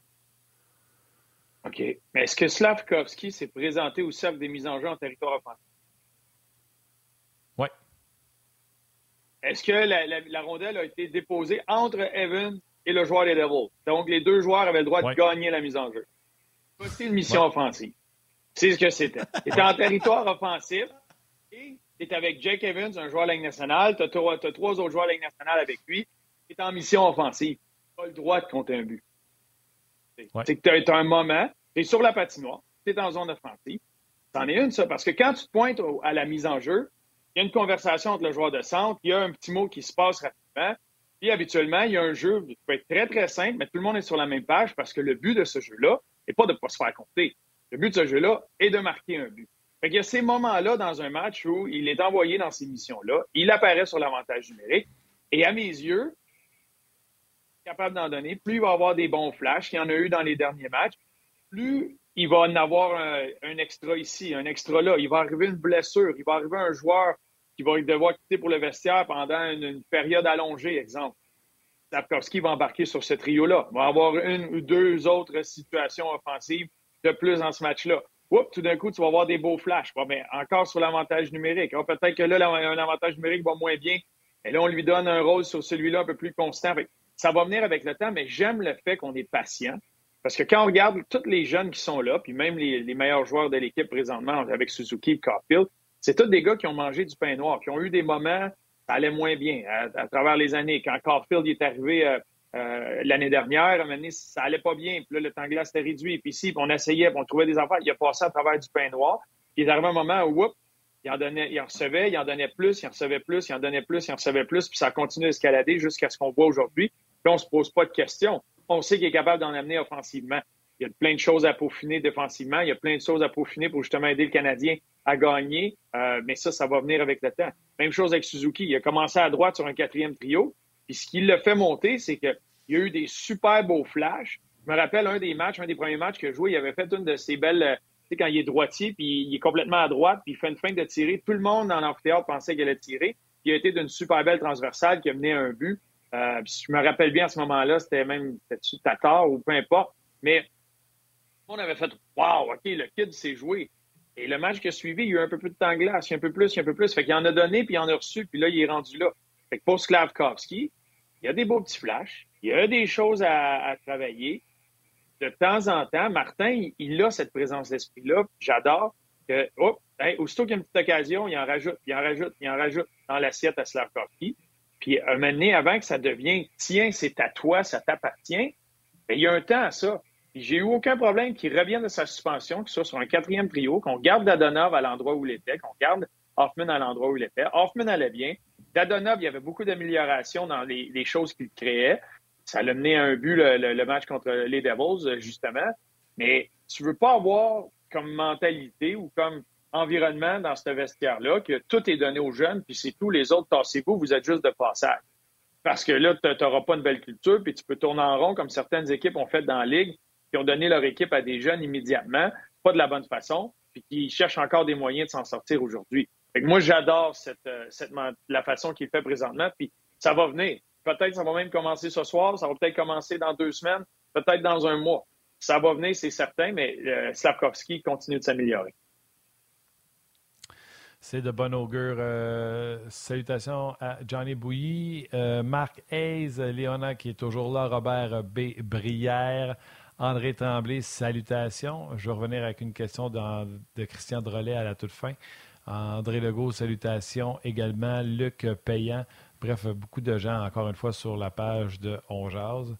OK. Mais est-ce que Slafkovský s'est présenté aussi avec des mises en jeu en territoire offensif? Oui. Est-ce que la, la, la rondelle a été déposée entre Evans et le joueur des Devils? Donc, les deux joueurs avaient le droit ouais. de gagner la mise en jeu. C'est une mission ouais. offensive. C'est ce que c'était. Tu étais en territoire offensif et tu es avec Jake Evans, un joueur de la Ligue nationale. Tu as, as trois autres joueurs de la Ligue nationale avec lui. Tu es en mission offensive. Tu as le droit de compter un but. Ouais. C'est que tu as un moment, tu es sur la patinoire, tu es en zone offensive. C'en est une, ça, parce que quand tu te pointes au, à la mise en jeu, il y a une conversation entre le joueur de centre, il y a un petit mot qui se passe rapidement, puis habituellement, il y a un jeu qui peut être très, très simple, mais tout le monde est sur la même page parce que le but de ce jeu-là n'est pas de ne pas se faire compter. Le but de ce jeu-là est de marquer un but. Fait qu'il y a ces moments-là dans un match où il est envoyé dans ces missions-là, il apparaît sur l'avantage numérique, et à mes yeux, capable d'en donner, plus il va avoir des bons flashs, il y en a eu dans les derniers matchs, plus il va en avoir un, un extra ici, un extra là. Il va arriver une blessure, il va arriver un joueur qui va devoir quitter pour le vestiaire pendant une, une période allongée, exemple. Slafkovský va embarquer sur ce trio-là. Il va avoir une ou deux autres situations offensives de plus dans ce match-là. Oups, tout d'un coup, tu vas avoir des beaux flashs. Bon, mais encore sur l'avantage numérique. Oh, peut-être que là, un avantage numérique va moins bien. Et là, on lui donne un rôle sur celui-là un peu plus constant. Ça va venir avec le temps, mais j'aime le fait qu'on est patient. Parce que quand on regarde tous les jeunes qui sont là, puis même les, les meilleurs joueurs de l'équipe présentement, avec Suzuki et Caulfield, c'est tous des gars qui ont mangé du pain noir, qui ont eu des moments, ça allait moins bien à, à travers les années. Quand Caulfield est arrivé euh, euh, l'année dernière, à un moment donné, ça allait pas bien, puis là, le temps de glace était réduit, puis ici, puis on essayait, puis on trouvait des affaires, il a passé à travers du pain noir, puis il est arrivé un moment où, whoop, il en donnait, il en recevait, il en donnait plus, il en recevait plus, il en donnait plus, il en recevait plus, puis ça a continué à escalader jusqu'à ce qu'on voit aujourd'hui. Puis on se pose pas de questions. On sait qu'il est capable d'en amener offensivement. Il y a plein de choses à peaufiner défensivement. Il y a plein de choses à peaufiner pour justement aider le Canadien à gagner. Euh, mais ça, ça va venir avec le temps. Même chose avec Suzuki. Il a commencé à droite sur un quatrième trio. Puis ce qui l'a fait monter, c'est qu'il y a eu des super beaux flashs. Je me rappelle un des matchs, un des premiers matchs qu'il a joué, il avait fait une de ces belles... Tu sais, quand il est droitier, puis il est complètement à droite, puis il fait une feinte de tirer. Tout le monde dans l'amphithéâtre pensait qu'il allait tirer. Il a été d'une super belle transversale qui a mené à un but. Euh, si je me rappelle bien à ce moment-là, c'était même c'était Tatar ou peu importe, mais on avait fait « Wow, OK, le kid s'est joué ». Et le match qui a suivi, il y a eu un peu plus de temps de glace, il y a un peu plus, il y a un peu plus. Fait qu'il en a donné, puis il en a reçu, puis là, il est rendu là. Fait que pour Slafkovský, il y a des beaux petits flashs, il y a des choses à, à travailler. De temps en temps, Martin, il, il a cette présence d'esprit-là. J'adore que, oh, hey, aussitôt qu'il y a une petite occasion, il en rajoute, il en rajoute, il en rajoute dans l'assiette à Slafkovský. Puis un moment donné, avant que ça devienne « Tiens, c'est à toi, ça t'appartient », bien, il y a un temps à ça. Puis j'ai eu aucun problème qu'il revienne de sa suspension, que ce soit sur un quatrième trio, qu'on garde Dadonov à l'endroit où il était, qu'on garde Hoffman à l'endroit où il était. Hoffman allait bien. Dadonov, il y avait beaucoup d'améliorations dans les, les choses qu'il créait. Ça l'a mené à un but, le, le, le match contre les Devils, justement. Mais tu veux pas avoir comme mentalité ou comme environnement dans ce vestiaire-là, que tout est donné aux jeunes, puis c'est tous les autres, tassez-vous, vous êtes juste de passage. Parce que là, tu n'auras pas une belle culture, puis tu peux tourner en rond comme certaines équipes ont fait dans la Ligue, qui ont donné leur équipe à des jeunes immédiatement, pas de la bonne façon, puis qui cherchent encore des moyens de s'en sortir aujourd'hui. Fait que moi, j'adore cette, cette, la façon qu'il fait présentement, puis ça va venir. Peut-être ça va même commencer ce soir, ça va peut-être commencer dans deux semaines, peut-être dans un mois. Ça va venir, c'est certain, mais euh, Slafkovský continue de s'améliorer. C'est de bon augure. Euh, salutations à Johnny Bouilly, euh, Marc Hayes, Léona qui est toujours là, Robert B. Brière, André Tremblay, salutations. Je vais revenir avec une question de, de Christian Drolet à la toute fin. André Legault, salutations également. Luc Payan. Bref, beaucoup de gens, encore une fois, sur la page de On Jase.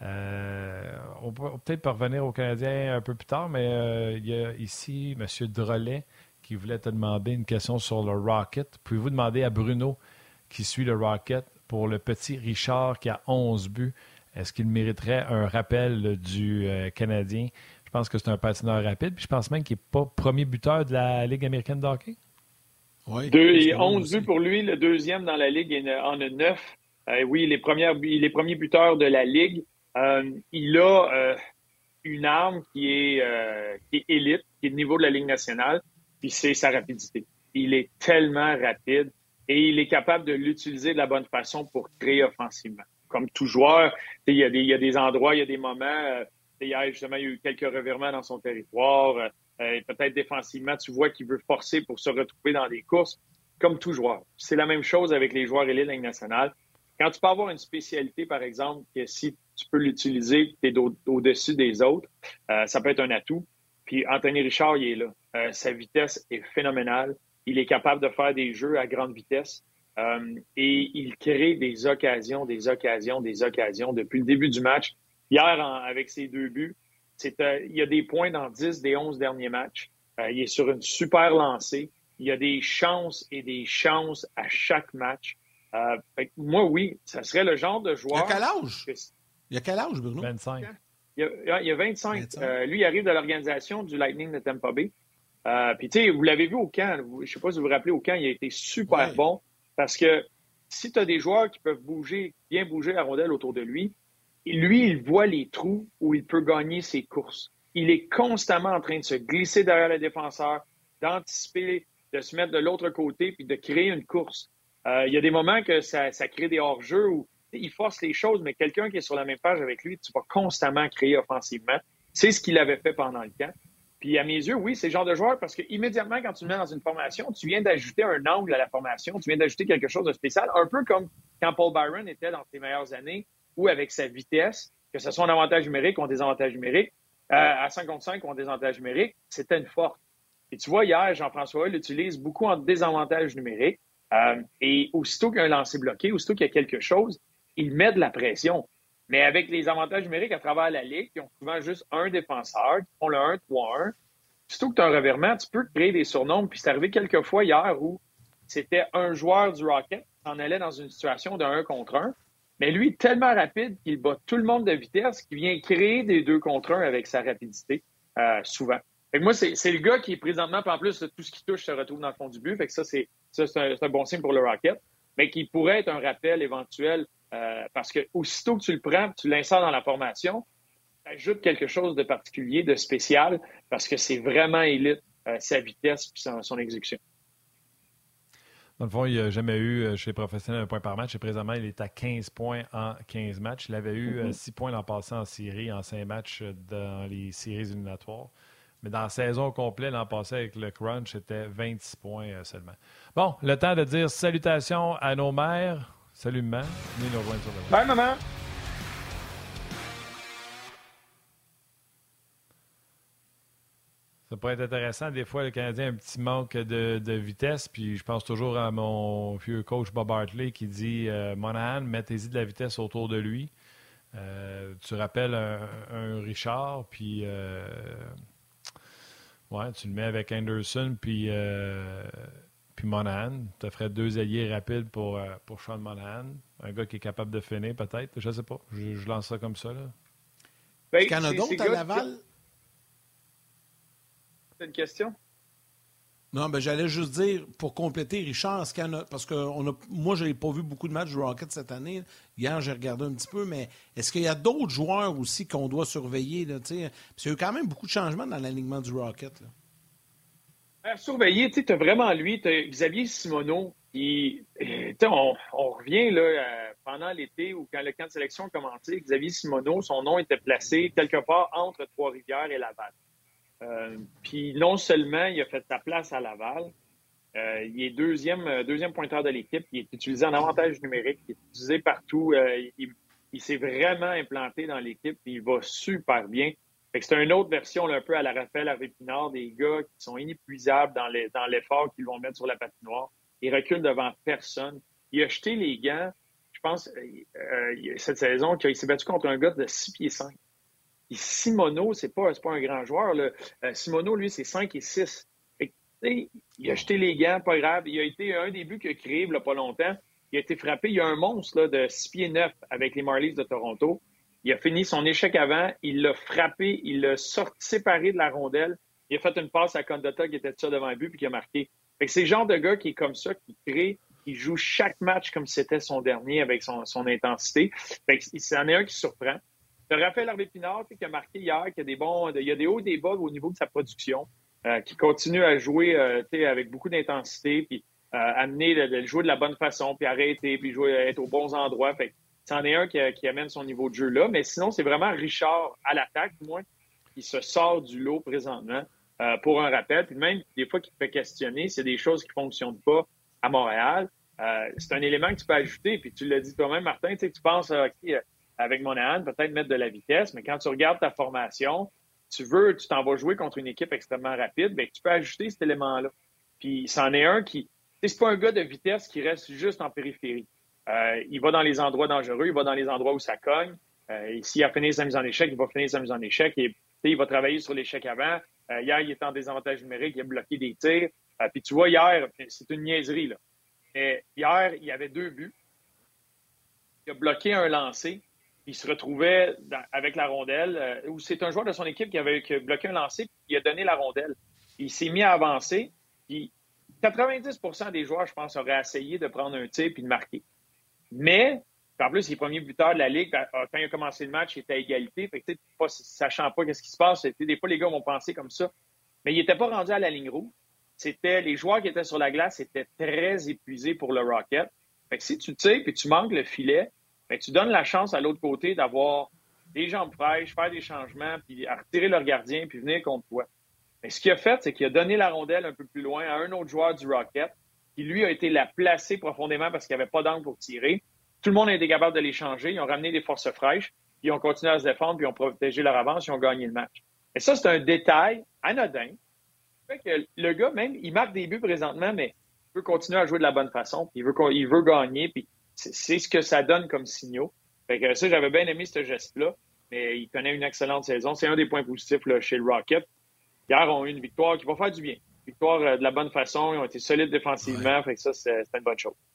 Euh, on peut peut-être revenir aux Canadiens un peu plus tard, mais euh, il y a ici M. Drolet qui voulait te demander une question sur le Rocket. Pouvez-vous demander à Bruno, qui suit le Rocket, pour le petit Richard qui a onze buts, est-ce qu'il mériterait un rappel du euh, Canadien? Je pense que c'est un patineur rapide, puis je pense même qu'il n'est pas premier buteur de la Ligue américaine de hockey. Oui. Deux, et onze buts pour lui, le deuxième dans la Ligue en a neuf. Euh, oui, les, premières, les premiers buteurs de la Ligue. Euh, il a euh, une arme qui est, euh, qui est élite, qui est au niveau de la Ligue nationale, puis c'est sa rapidité. Il est tellement rapide et il est capable de l'utiliser de la bonne façon pour créer offensivement. Comme tout joueur, il y, a des, il y a des endroits, il y a des moments. Euh, hier, justement, il y a eu quelques revirements dans son territoire. Euh, peut-être défensivement, tu vois qu'il veut forcer pour se retrouver dans des courses, comme tout joueur. C'est la même chose avec les joueurs élites de la Ligue nationale. Quand tu peux avoir une spécialité, par exemple, que si tu peux l'utiliser, tu es au- au-dessus des autres, euh, ça peut être un atout. Puis Anthony Richard, il est là. Euh, sa vitesse est phénoménale. Il est capable de faire des jeux à grande vitesse. Euh, et il crée des occasions, des occasions, des occasions depuis le début du match. Hier, en- avec ses deux buts, c'est, euh, il y a des points dans dix des onze derniers matchs. Euh, il est sur une super lancée. Il y a des chances et des chances à chaque match. Euh, fait que moi, oui, ça serait le genre de joueur... Il a quel âge? que- Il a quel âge, Bruno? vingt-cinq. Il y a, il y a vingt-cinq. vingt-cinq. Euh, lui, il arrive de l'organisation du Lightning de Tampa Bay. Euh, Puis, tu sais, vous l'avez vu au camp. vous- Je ne sais pas si vous vous rappelez, au camp, il a été super Ouais. bon parce que si tu as des joueurs qui peuvent bouger, bien bouger la rondelle autour de lui, et lui, il voit les trous où il peut gagner ses courses. Il est constamment en train de se glisser derrière le défenseur, d'anticiper, de se mettre de l'autre côté puis de créer une course. Euh, il y a des moments que ça, ça crée des hors-jeux où il force les choses, mais quelqu'un qui est sur la même page avec lui, tu vas constamment créer offensivement. C'est ce qu'il avait fait pendant le camp. Puis à mes yeux, oui, c'est le genre de joueur parce que immédiatement, quand tu le mets dans une formation, tu viens d'ajouter un angle à la formation, tu viens d'ajouter quelque chose de spécial, un peu comme quand Paul Byron était dans ses meilleures années, ou avec sa vitesse, que ce soit un avantage numérique ou un désavantage numérique, euh, à cinq contre cinq ou en désavantage numérique, c'était une force. Et tu vois, hier, Jean-François l'utilise beaucoup en désavantage numérique. Euh, et aussitôt qu'il y a un lancer bloqué, aussitôt qu'il y a quelque chose, il met de la pression. Mais avec les avantages numériques à travers la Ligue, qui ont souvent juste un défenseur, qui font le un trois un, aussitôt que tu as un revirement, tu peux créer des surnoms. Puis c'est arrivé quelques fois hier où c'était un joueur du Rocket qui s'en allait dans une situation de un contre un. Mais lui, tellement rapide qu'il bat tout le monde de vitesse, qu'il vient créer des deux contre un avec sa rapidité, euh, souvent. Fait que moi, c'est, c'est le gars qui est présentement, puis en plus, tout ce qui touche se retrouve dans le fond du but. Fait que ça, c'est, ça, c'est, un, c'est un bon signe pour le Rocket. Mais qui pourrait être un rappel éventuel, euh, parce que aussitôt que tu le prends, tu l'insères dans la formation, tu ajoutes quelque chose de particulier, de spécial, parce que c'est vraiment élite, euh, sa vitesse et son, son exécution. Dans le fond, il n'a jamais eu euh, chez les professionnels un point par match. Et présentement, il est à quinze points en quinze matchs. Il avait eu euh, six points l'an passé en série, en cinq matchs euh, dans les séries éliminatoires. Mais dans la saison complète, l'an passé avec le Crunch, c'était vingt-six points euh, seulement. Bon, le temps de dire salutations à nos mères. Salut, maman. Venez nous rejoindre sur le web. Bye, maman! Ça pourrait être intéressant. Des fois, le Canadien a un petit manque de, de vitesse. Puis je pense toujours à mon vieux coach Bob Hartley qui dit euh, Monahan, mettez-y de la vitesse autour de lui. Euh, tu rappelles un, un Richard, puis euh, ouais, tu le mets avec Anderson, puis, euh, puis Monahan. Tu ferais deux alliés rapides pour, euh, pour Sean Monahan. Un gars qui est capable de finir, peut-être. Je ne sais pas. Je, je lance ça comme ça. Là. Ben, Est-ce qu'il y en a c'est- d'autres c'est à gars- Laval? C'est une question? Non, ben j'allais juste dire, pour compléter, Richard, est-ce qu'il y en a, parce que on a, moi, je n'ai pas vu beaucoup de matchs du Rocket cette année. Hier, j'ai regardé un petit peu, mais est-ce qu'il y a d'autres joueurs aussi qu'on doit surveiller? Là, t'sais? Parce qu'il y a eu quand même beaucoup de changements dans l'alignement du Rocket. Là. À surveiller, tu as vraiment lui, tu as Xavier Simoneau, qui, euh, t'sais, on, on revient là, euh, pendant l'été ou quand le camp de sélection a commencé, Xavier Simoneau, son nom était placé quelque part entre Trois-Rivières et Laval. Euh, Puis non seulement il a fait sa place à Laval, euh, il est deuxième, euh, deuxième pointeur de l'équipe, il est utilisé en avantage numérique, il est utilisé partout, euh, il, il s'est vraiment implanté dans l'équipe, il va super bien. Fait que c'est une autre version là, un peu à la Raphaël Harvey-Pinard, des gars qui sont inépuisables dans, les, dans l'effort qu'ils vont mettre sur la patinoire. Il recule devant personne. Il a jeté les gants. Je pense, euh, cette saison, qu'il s'est battu contre un gars de six pieds cinq. Et Simoneau, c'est pas, c'est pas un grand joueur. Là. Euh, Simoneau, lui, c'est cinq et six. Fait que, il a jeté les gants, pas grave. Il a été un des buts qu'il a créé il n'y a pas longtemps. Il a été frappé. Il y a un monstre là, de six pieds neuf avec les Marlies de Toronto. Il a fini son échec avant. Il l'a frappé. Il l'a sorti séparé de la rondelle. Il a fait une passe à Condotta qui était de ça devant le but puis qui a marqué. Fait que c'est le genre de gars qui est comme ça, qui crée, qui joue chaque match comme si c'était son dernier avec son, son intensité. Fait que c'en est un qui surprend. Le Raphaël Harvey-Pinard qui a marqué hier, qui a des bons, il y a des hauts et des bas au niveau de sa production, euh, qui continue à jouer euh, avec beaucoup d'intensité, puis euh, amener de, de jouer de la bonne façon, puis arrêter, puis jouer, être aux bons endroits. Fait que c'en est un qui, qui amène son niveau de jeu là. Mais sinon, c'est vraiment Richard à l'attaque, moi, qui se sort du lot présentement euh, pour un rappel. Puis même des fois qu'il fait questionner, c'est des choses qui ne fonctionnent pas à Montréal. Euh, c'est un élément que tu peux ajouter. Puis tu l'as dit toi-même, Martin, tu sais, tu penses euh, okay, avec Monahan, peut-être mettre de la vitesse, mais quand tu regardes ta formation, tu veux, tu t'en vas jouer contre une équipe extrêmement rapide, bien, tu peux ajouter cet élément-là. Puis c'en est un qui, c'est pas un gars de vitesse qui reste juste en périphérie. Euh, il va dans les endroits dangereux, il va dans les endroits où ça cogne. Euh, s'il a fini sa mise en échec, il va finir sa mise en échec. Et, il va travailler sur l'échec avant. Euh, hier, il était en désavantage numérique, il a bloqué des tirs. Euh, puis tu vois, hier, c'est une niaiserie, là. Mais hier, il y avait deux buts. Il a bloqué un lancer. Il se retrouvait dans, avec la rondelle, euh, où c'est un joueur de son équipe qui avait qui a bloqué un lancer, puis il a donné la rondelle. Il s'est mis à avancer, puis quatre-vingt-dix pour cent des joueurs, je pense, auraient essayé de prendre un tir puis de marquer. Mais, en plus, il est premier buteur de la Ligue. Quand il a commencé le match, il était à égalité. Fait que, pas, sachant pas qu'est-ce qui se passe, des fois, les gars vont penser comme ça. Mais il n'était pas rendu à la ligne rouge. C'était, les joueurs qui étaient sur la glace étaient très épuisés pour le Rocket. Fait que si tu tires puis tu manques le filet, bien, tu donnes la chance à l'autre côté d'avoir des jambes fraîches, faire des changements, puis à retirer leur gardien, puis venir contre toi. Mais ce qu'il a fait, c'est qu'il a donné la rondelle un peu plus loin à un autre joueur du Rocket, qui lui a été la placer profondément parce qu'il n'y avait pas d'angle pour tirer. Tout le monde a été capable de les changer. Ils ont ramené des forces fraîches, puis ils ont continué à se défendre, puis ils ont protégé leur avance, ils ont gagné le match. Et ça, c'est un détail anodin. Fait que le gars, même, il marque des buts présentement, mais il veut continuer à jouer de la bonne façon, puis il veut, il veut gagner, puis c'est, c'est ce que ça donne comme signaux. Fait que ça, j'avais bien aimé ce geste-là, mais il connaît une excellente saison. C'est un des points positifs là, chez le Rocket. Hier, on a eu une victoire qui va faire du bien. Victoire euh, de la bonne façon. Ils ont été solides défensivement. Ouais. Fait que ça, c'est, c'est une bonne chose.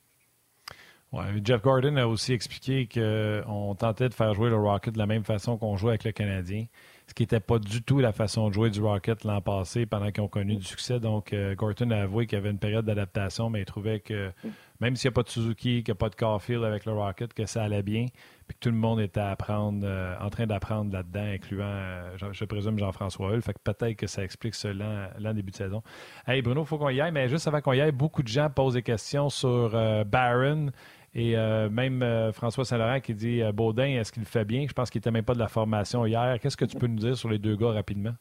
Ouais, Jeff Gordon a aussi expliqué qu'on tentait de faire jouer le Rocket de la même façon qu'on jouait avec le Canadien, ce qui n'était pas du tout la façon de jouer du Rocket l'an passé pendant qu'ils ont connu du succès. Donc, euh, Gordon a avoué qu'il y avait une période d'adaptation, mais il trouvait que même s'il n'y a pas de Suzuki, qu'il n'y a pas de Caulfield avec le Rocket, que ça allait bien, puis que tout le monde était à apprendre, euh, en train d'apprendre là-dedans, incluant, euh, je, je présume, Jean-François Hull. Fait que peut-être que ça explique ce lent, lent début de saison. Hey Bruno, il faut qu'on y aille, mais juste avant qu'on y aille, beaucoup de gens posent des questions sur euh, Barron. Et euh, même euh, François Saint-Laurent qui dit euh, Baudin, est-ce qu'il fait bien? Je pense qu'il n'était même pas de la formation hier. Qu'est-ce que tu peux nous dire sur les deux gars rapidement?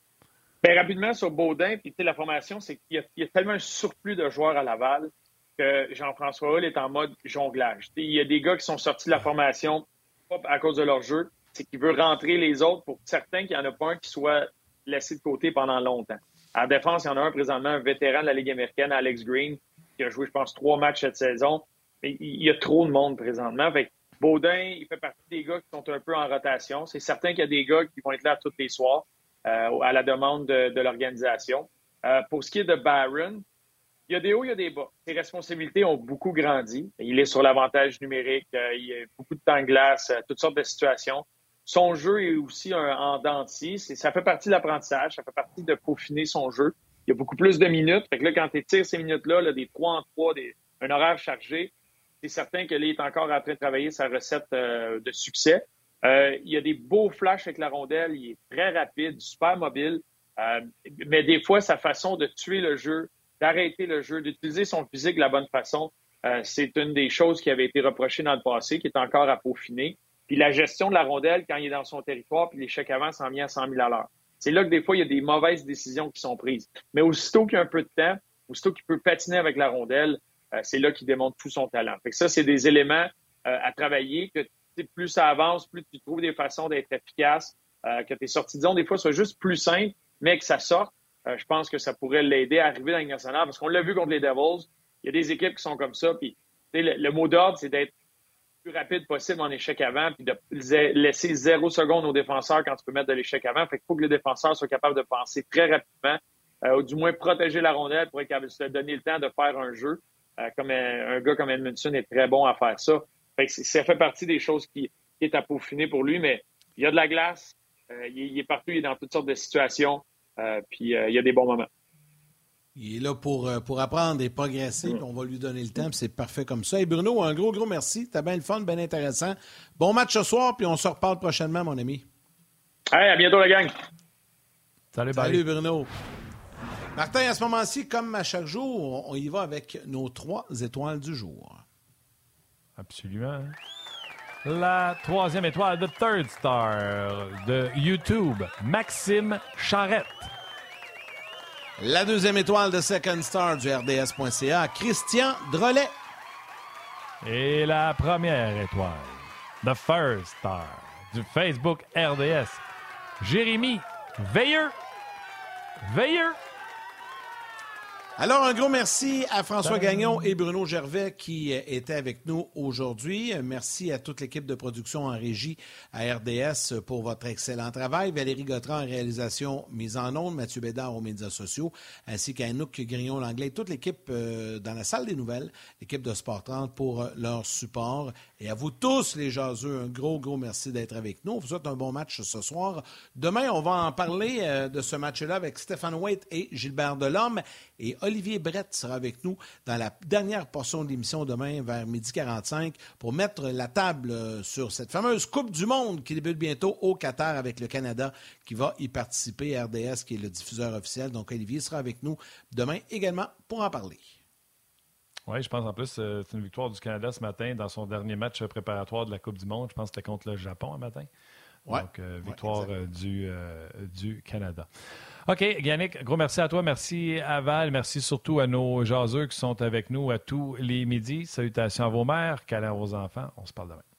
Bien, rapidement, sur Baudin, puis la formation, c'est qu'il y a, il y a tellement un surplus de joueurs à Laval que Jean-François Hull est en mode jonglage. T'sais, il y a des gars qui sont sortis de la formation pas à cause de leur jeu, c'est qu'il veut rentrer les autres pour certains qu'il n'y en a pas un qui soit laissé de côté pendant longtemps. En défense, il y en a un présentement, un vétéran de la Ligue américaine, Alex Green, qui a joué, je pense, trois matchs cette saison. Mais il y a trop de monde présentement. Fait que Baudin, il fait partie des gars qui sont un peu en rotation. C'est certain qu'il y a des gars qui vont être là tous les soirs euh, à la demande de, de l'organisation. Euh, pour ce qui est de Barron, il y a des hauts, il y a des bas. Ses responsabilités ont beaucoup grandi. Il est sur l'avantage numérique. Euh, il y a beaucoup de temps de glace, euh, toutes sortes de situations. Son jeu est aussi un, en dents de scie. C'est, ça fait partie de l'apprentissage. Ça fait partie de peaufiner son jeu. Il y a beaucoup plus de minutes. Fait que là, quand tu tires ces minutes-là, là, des trois en trois, des, un horaire chargé, c'est certain que là, il est encore en train de travailler sa recette euh, de succès. Euh, il y a des beaux flashs avec la rondelle. Il est très rapide, super mobile. Euh, mais des fois, sa façon de tuer le jeu, d'arrêter le jeu, d'utiliser son physique de la bonne façon, euh, c'est une des choses qui avait été reprochée dans le passé, qui est encore à peaufiner. Puis la gestion de la rondelle quand il est dans son territoire, puis l'échec avant s'en vient à cent mille à l'heure. C'est là que des fois, il y a des mauvaises décisions qui sont prises. Mais aussitôt qu'il y a un peu de temps, aussitôt qu'il peut patiner avec la rondelle, Euh, c'est là qu'il démontre tout son talent. Fait que ça, c'est des éléments euh, à travailler, que plus ça avance, plus tu trouves des façons d'être efficace, euh, que tes sorties de zone, des fois, soient juste plus simples, mais que ça sorte. Euh, je pense que ça pourrait l'aider à arriver dans la Ligue nationale, parce qu'on l'a vu contre les Devils. Il y a des équipes qui sont comme ça, puis le, le mot d'ordre, c'est d'être plus rapide possible en échec avant, puis de laisser zéro seconde aux défenseurs quand tu peux mettre de l'échec avant. Fait qu'il faut que les défenseurs soient capables de penser très rapidement, euh, ou du moins protéger la rondelle pour être se donner le temps de faire un jeu. Euh, comme un, un gars comme Edmundson est très bon à faire ça. Fait que ça fait partie des choses qui, qui est à peaufiner pour lui, mais il y a de la glace, euh, il, il est partout, il est dans toutes sortes de situations, euh, puis euh, il y a des bons moments. Il est là pour, pour apprendre et progresser, puis on va lui donner le temps, puis c'est parfait comme ça. Et Bruno, un gros, gros merci. T'as bien le fun, bien intéressant. Bon match ce soir, puis on se reparle prochainement, mon ami. Hey, à bientôt, la gang. Salut, Salut Bruno. Martin, à ce moment-ci, comme à chaque jour, on y va avec nos trois étoiles du jour. Absolument. La troisième étoile, The Third Star de YouTube, Maxime Charette. La deuxième étoile de Second Star du R D S point C A, Christian Drolet. Et la première étoile, The First Star du Facebook R D S, Jérémy Veilleux. Veilleux. Alors, un gros merci à François Gagnon et Bruno Gervais qui étaient avec nous aujourd'hui. Merci à toute l'équipe de production en régie à R D S pour votre excellent travail. Valérie Gautran en réalisation mise en ondes, Mathieu Bédard aux médias sociaux, ainsi qu'à Anouk Grignon-Langlais, toute l'équipe euh, dans la salle des nouvelles, l'équipe de Sport trente pour euh, leur support. Et à vous tous, les jaseux, un gros, gros merci d'être avec nous. On vous souhaite un bon match ce soir. Demain, on va en parler euh, de ce match-là avec Stéphane Waite et Gilbert Delorme. Et Olivier Brett sera avec nous dans la dernière portion de l'émission demain vers midi quarante-cinq pour mettre la table sur cette fameuse Coupe du Monde qui débute bientôt au Qatar avec le Canada qui va y participer, R D S qui est le diffuseur officiel. Donc Olivier sera avec nous demain également pour en parler. Oui, je pense en plus c'est une victoire du Canada ce matin dans son dernier match préparatoire de la Coupe du Monde. Je pense que c'était contre le Japon un matin. Ouais, Donc, euh, victoire ouais, euh, du, euh, du Canada. OK, Yannick, gros merci à toi. Merci à Val. Merci surtout à nos jaseux qui sont avec nous à tous les midis. Salutations à vos mères, câlins à vos enfants. On se parle demain.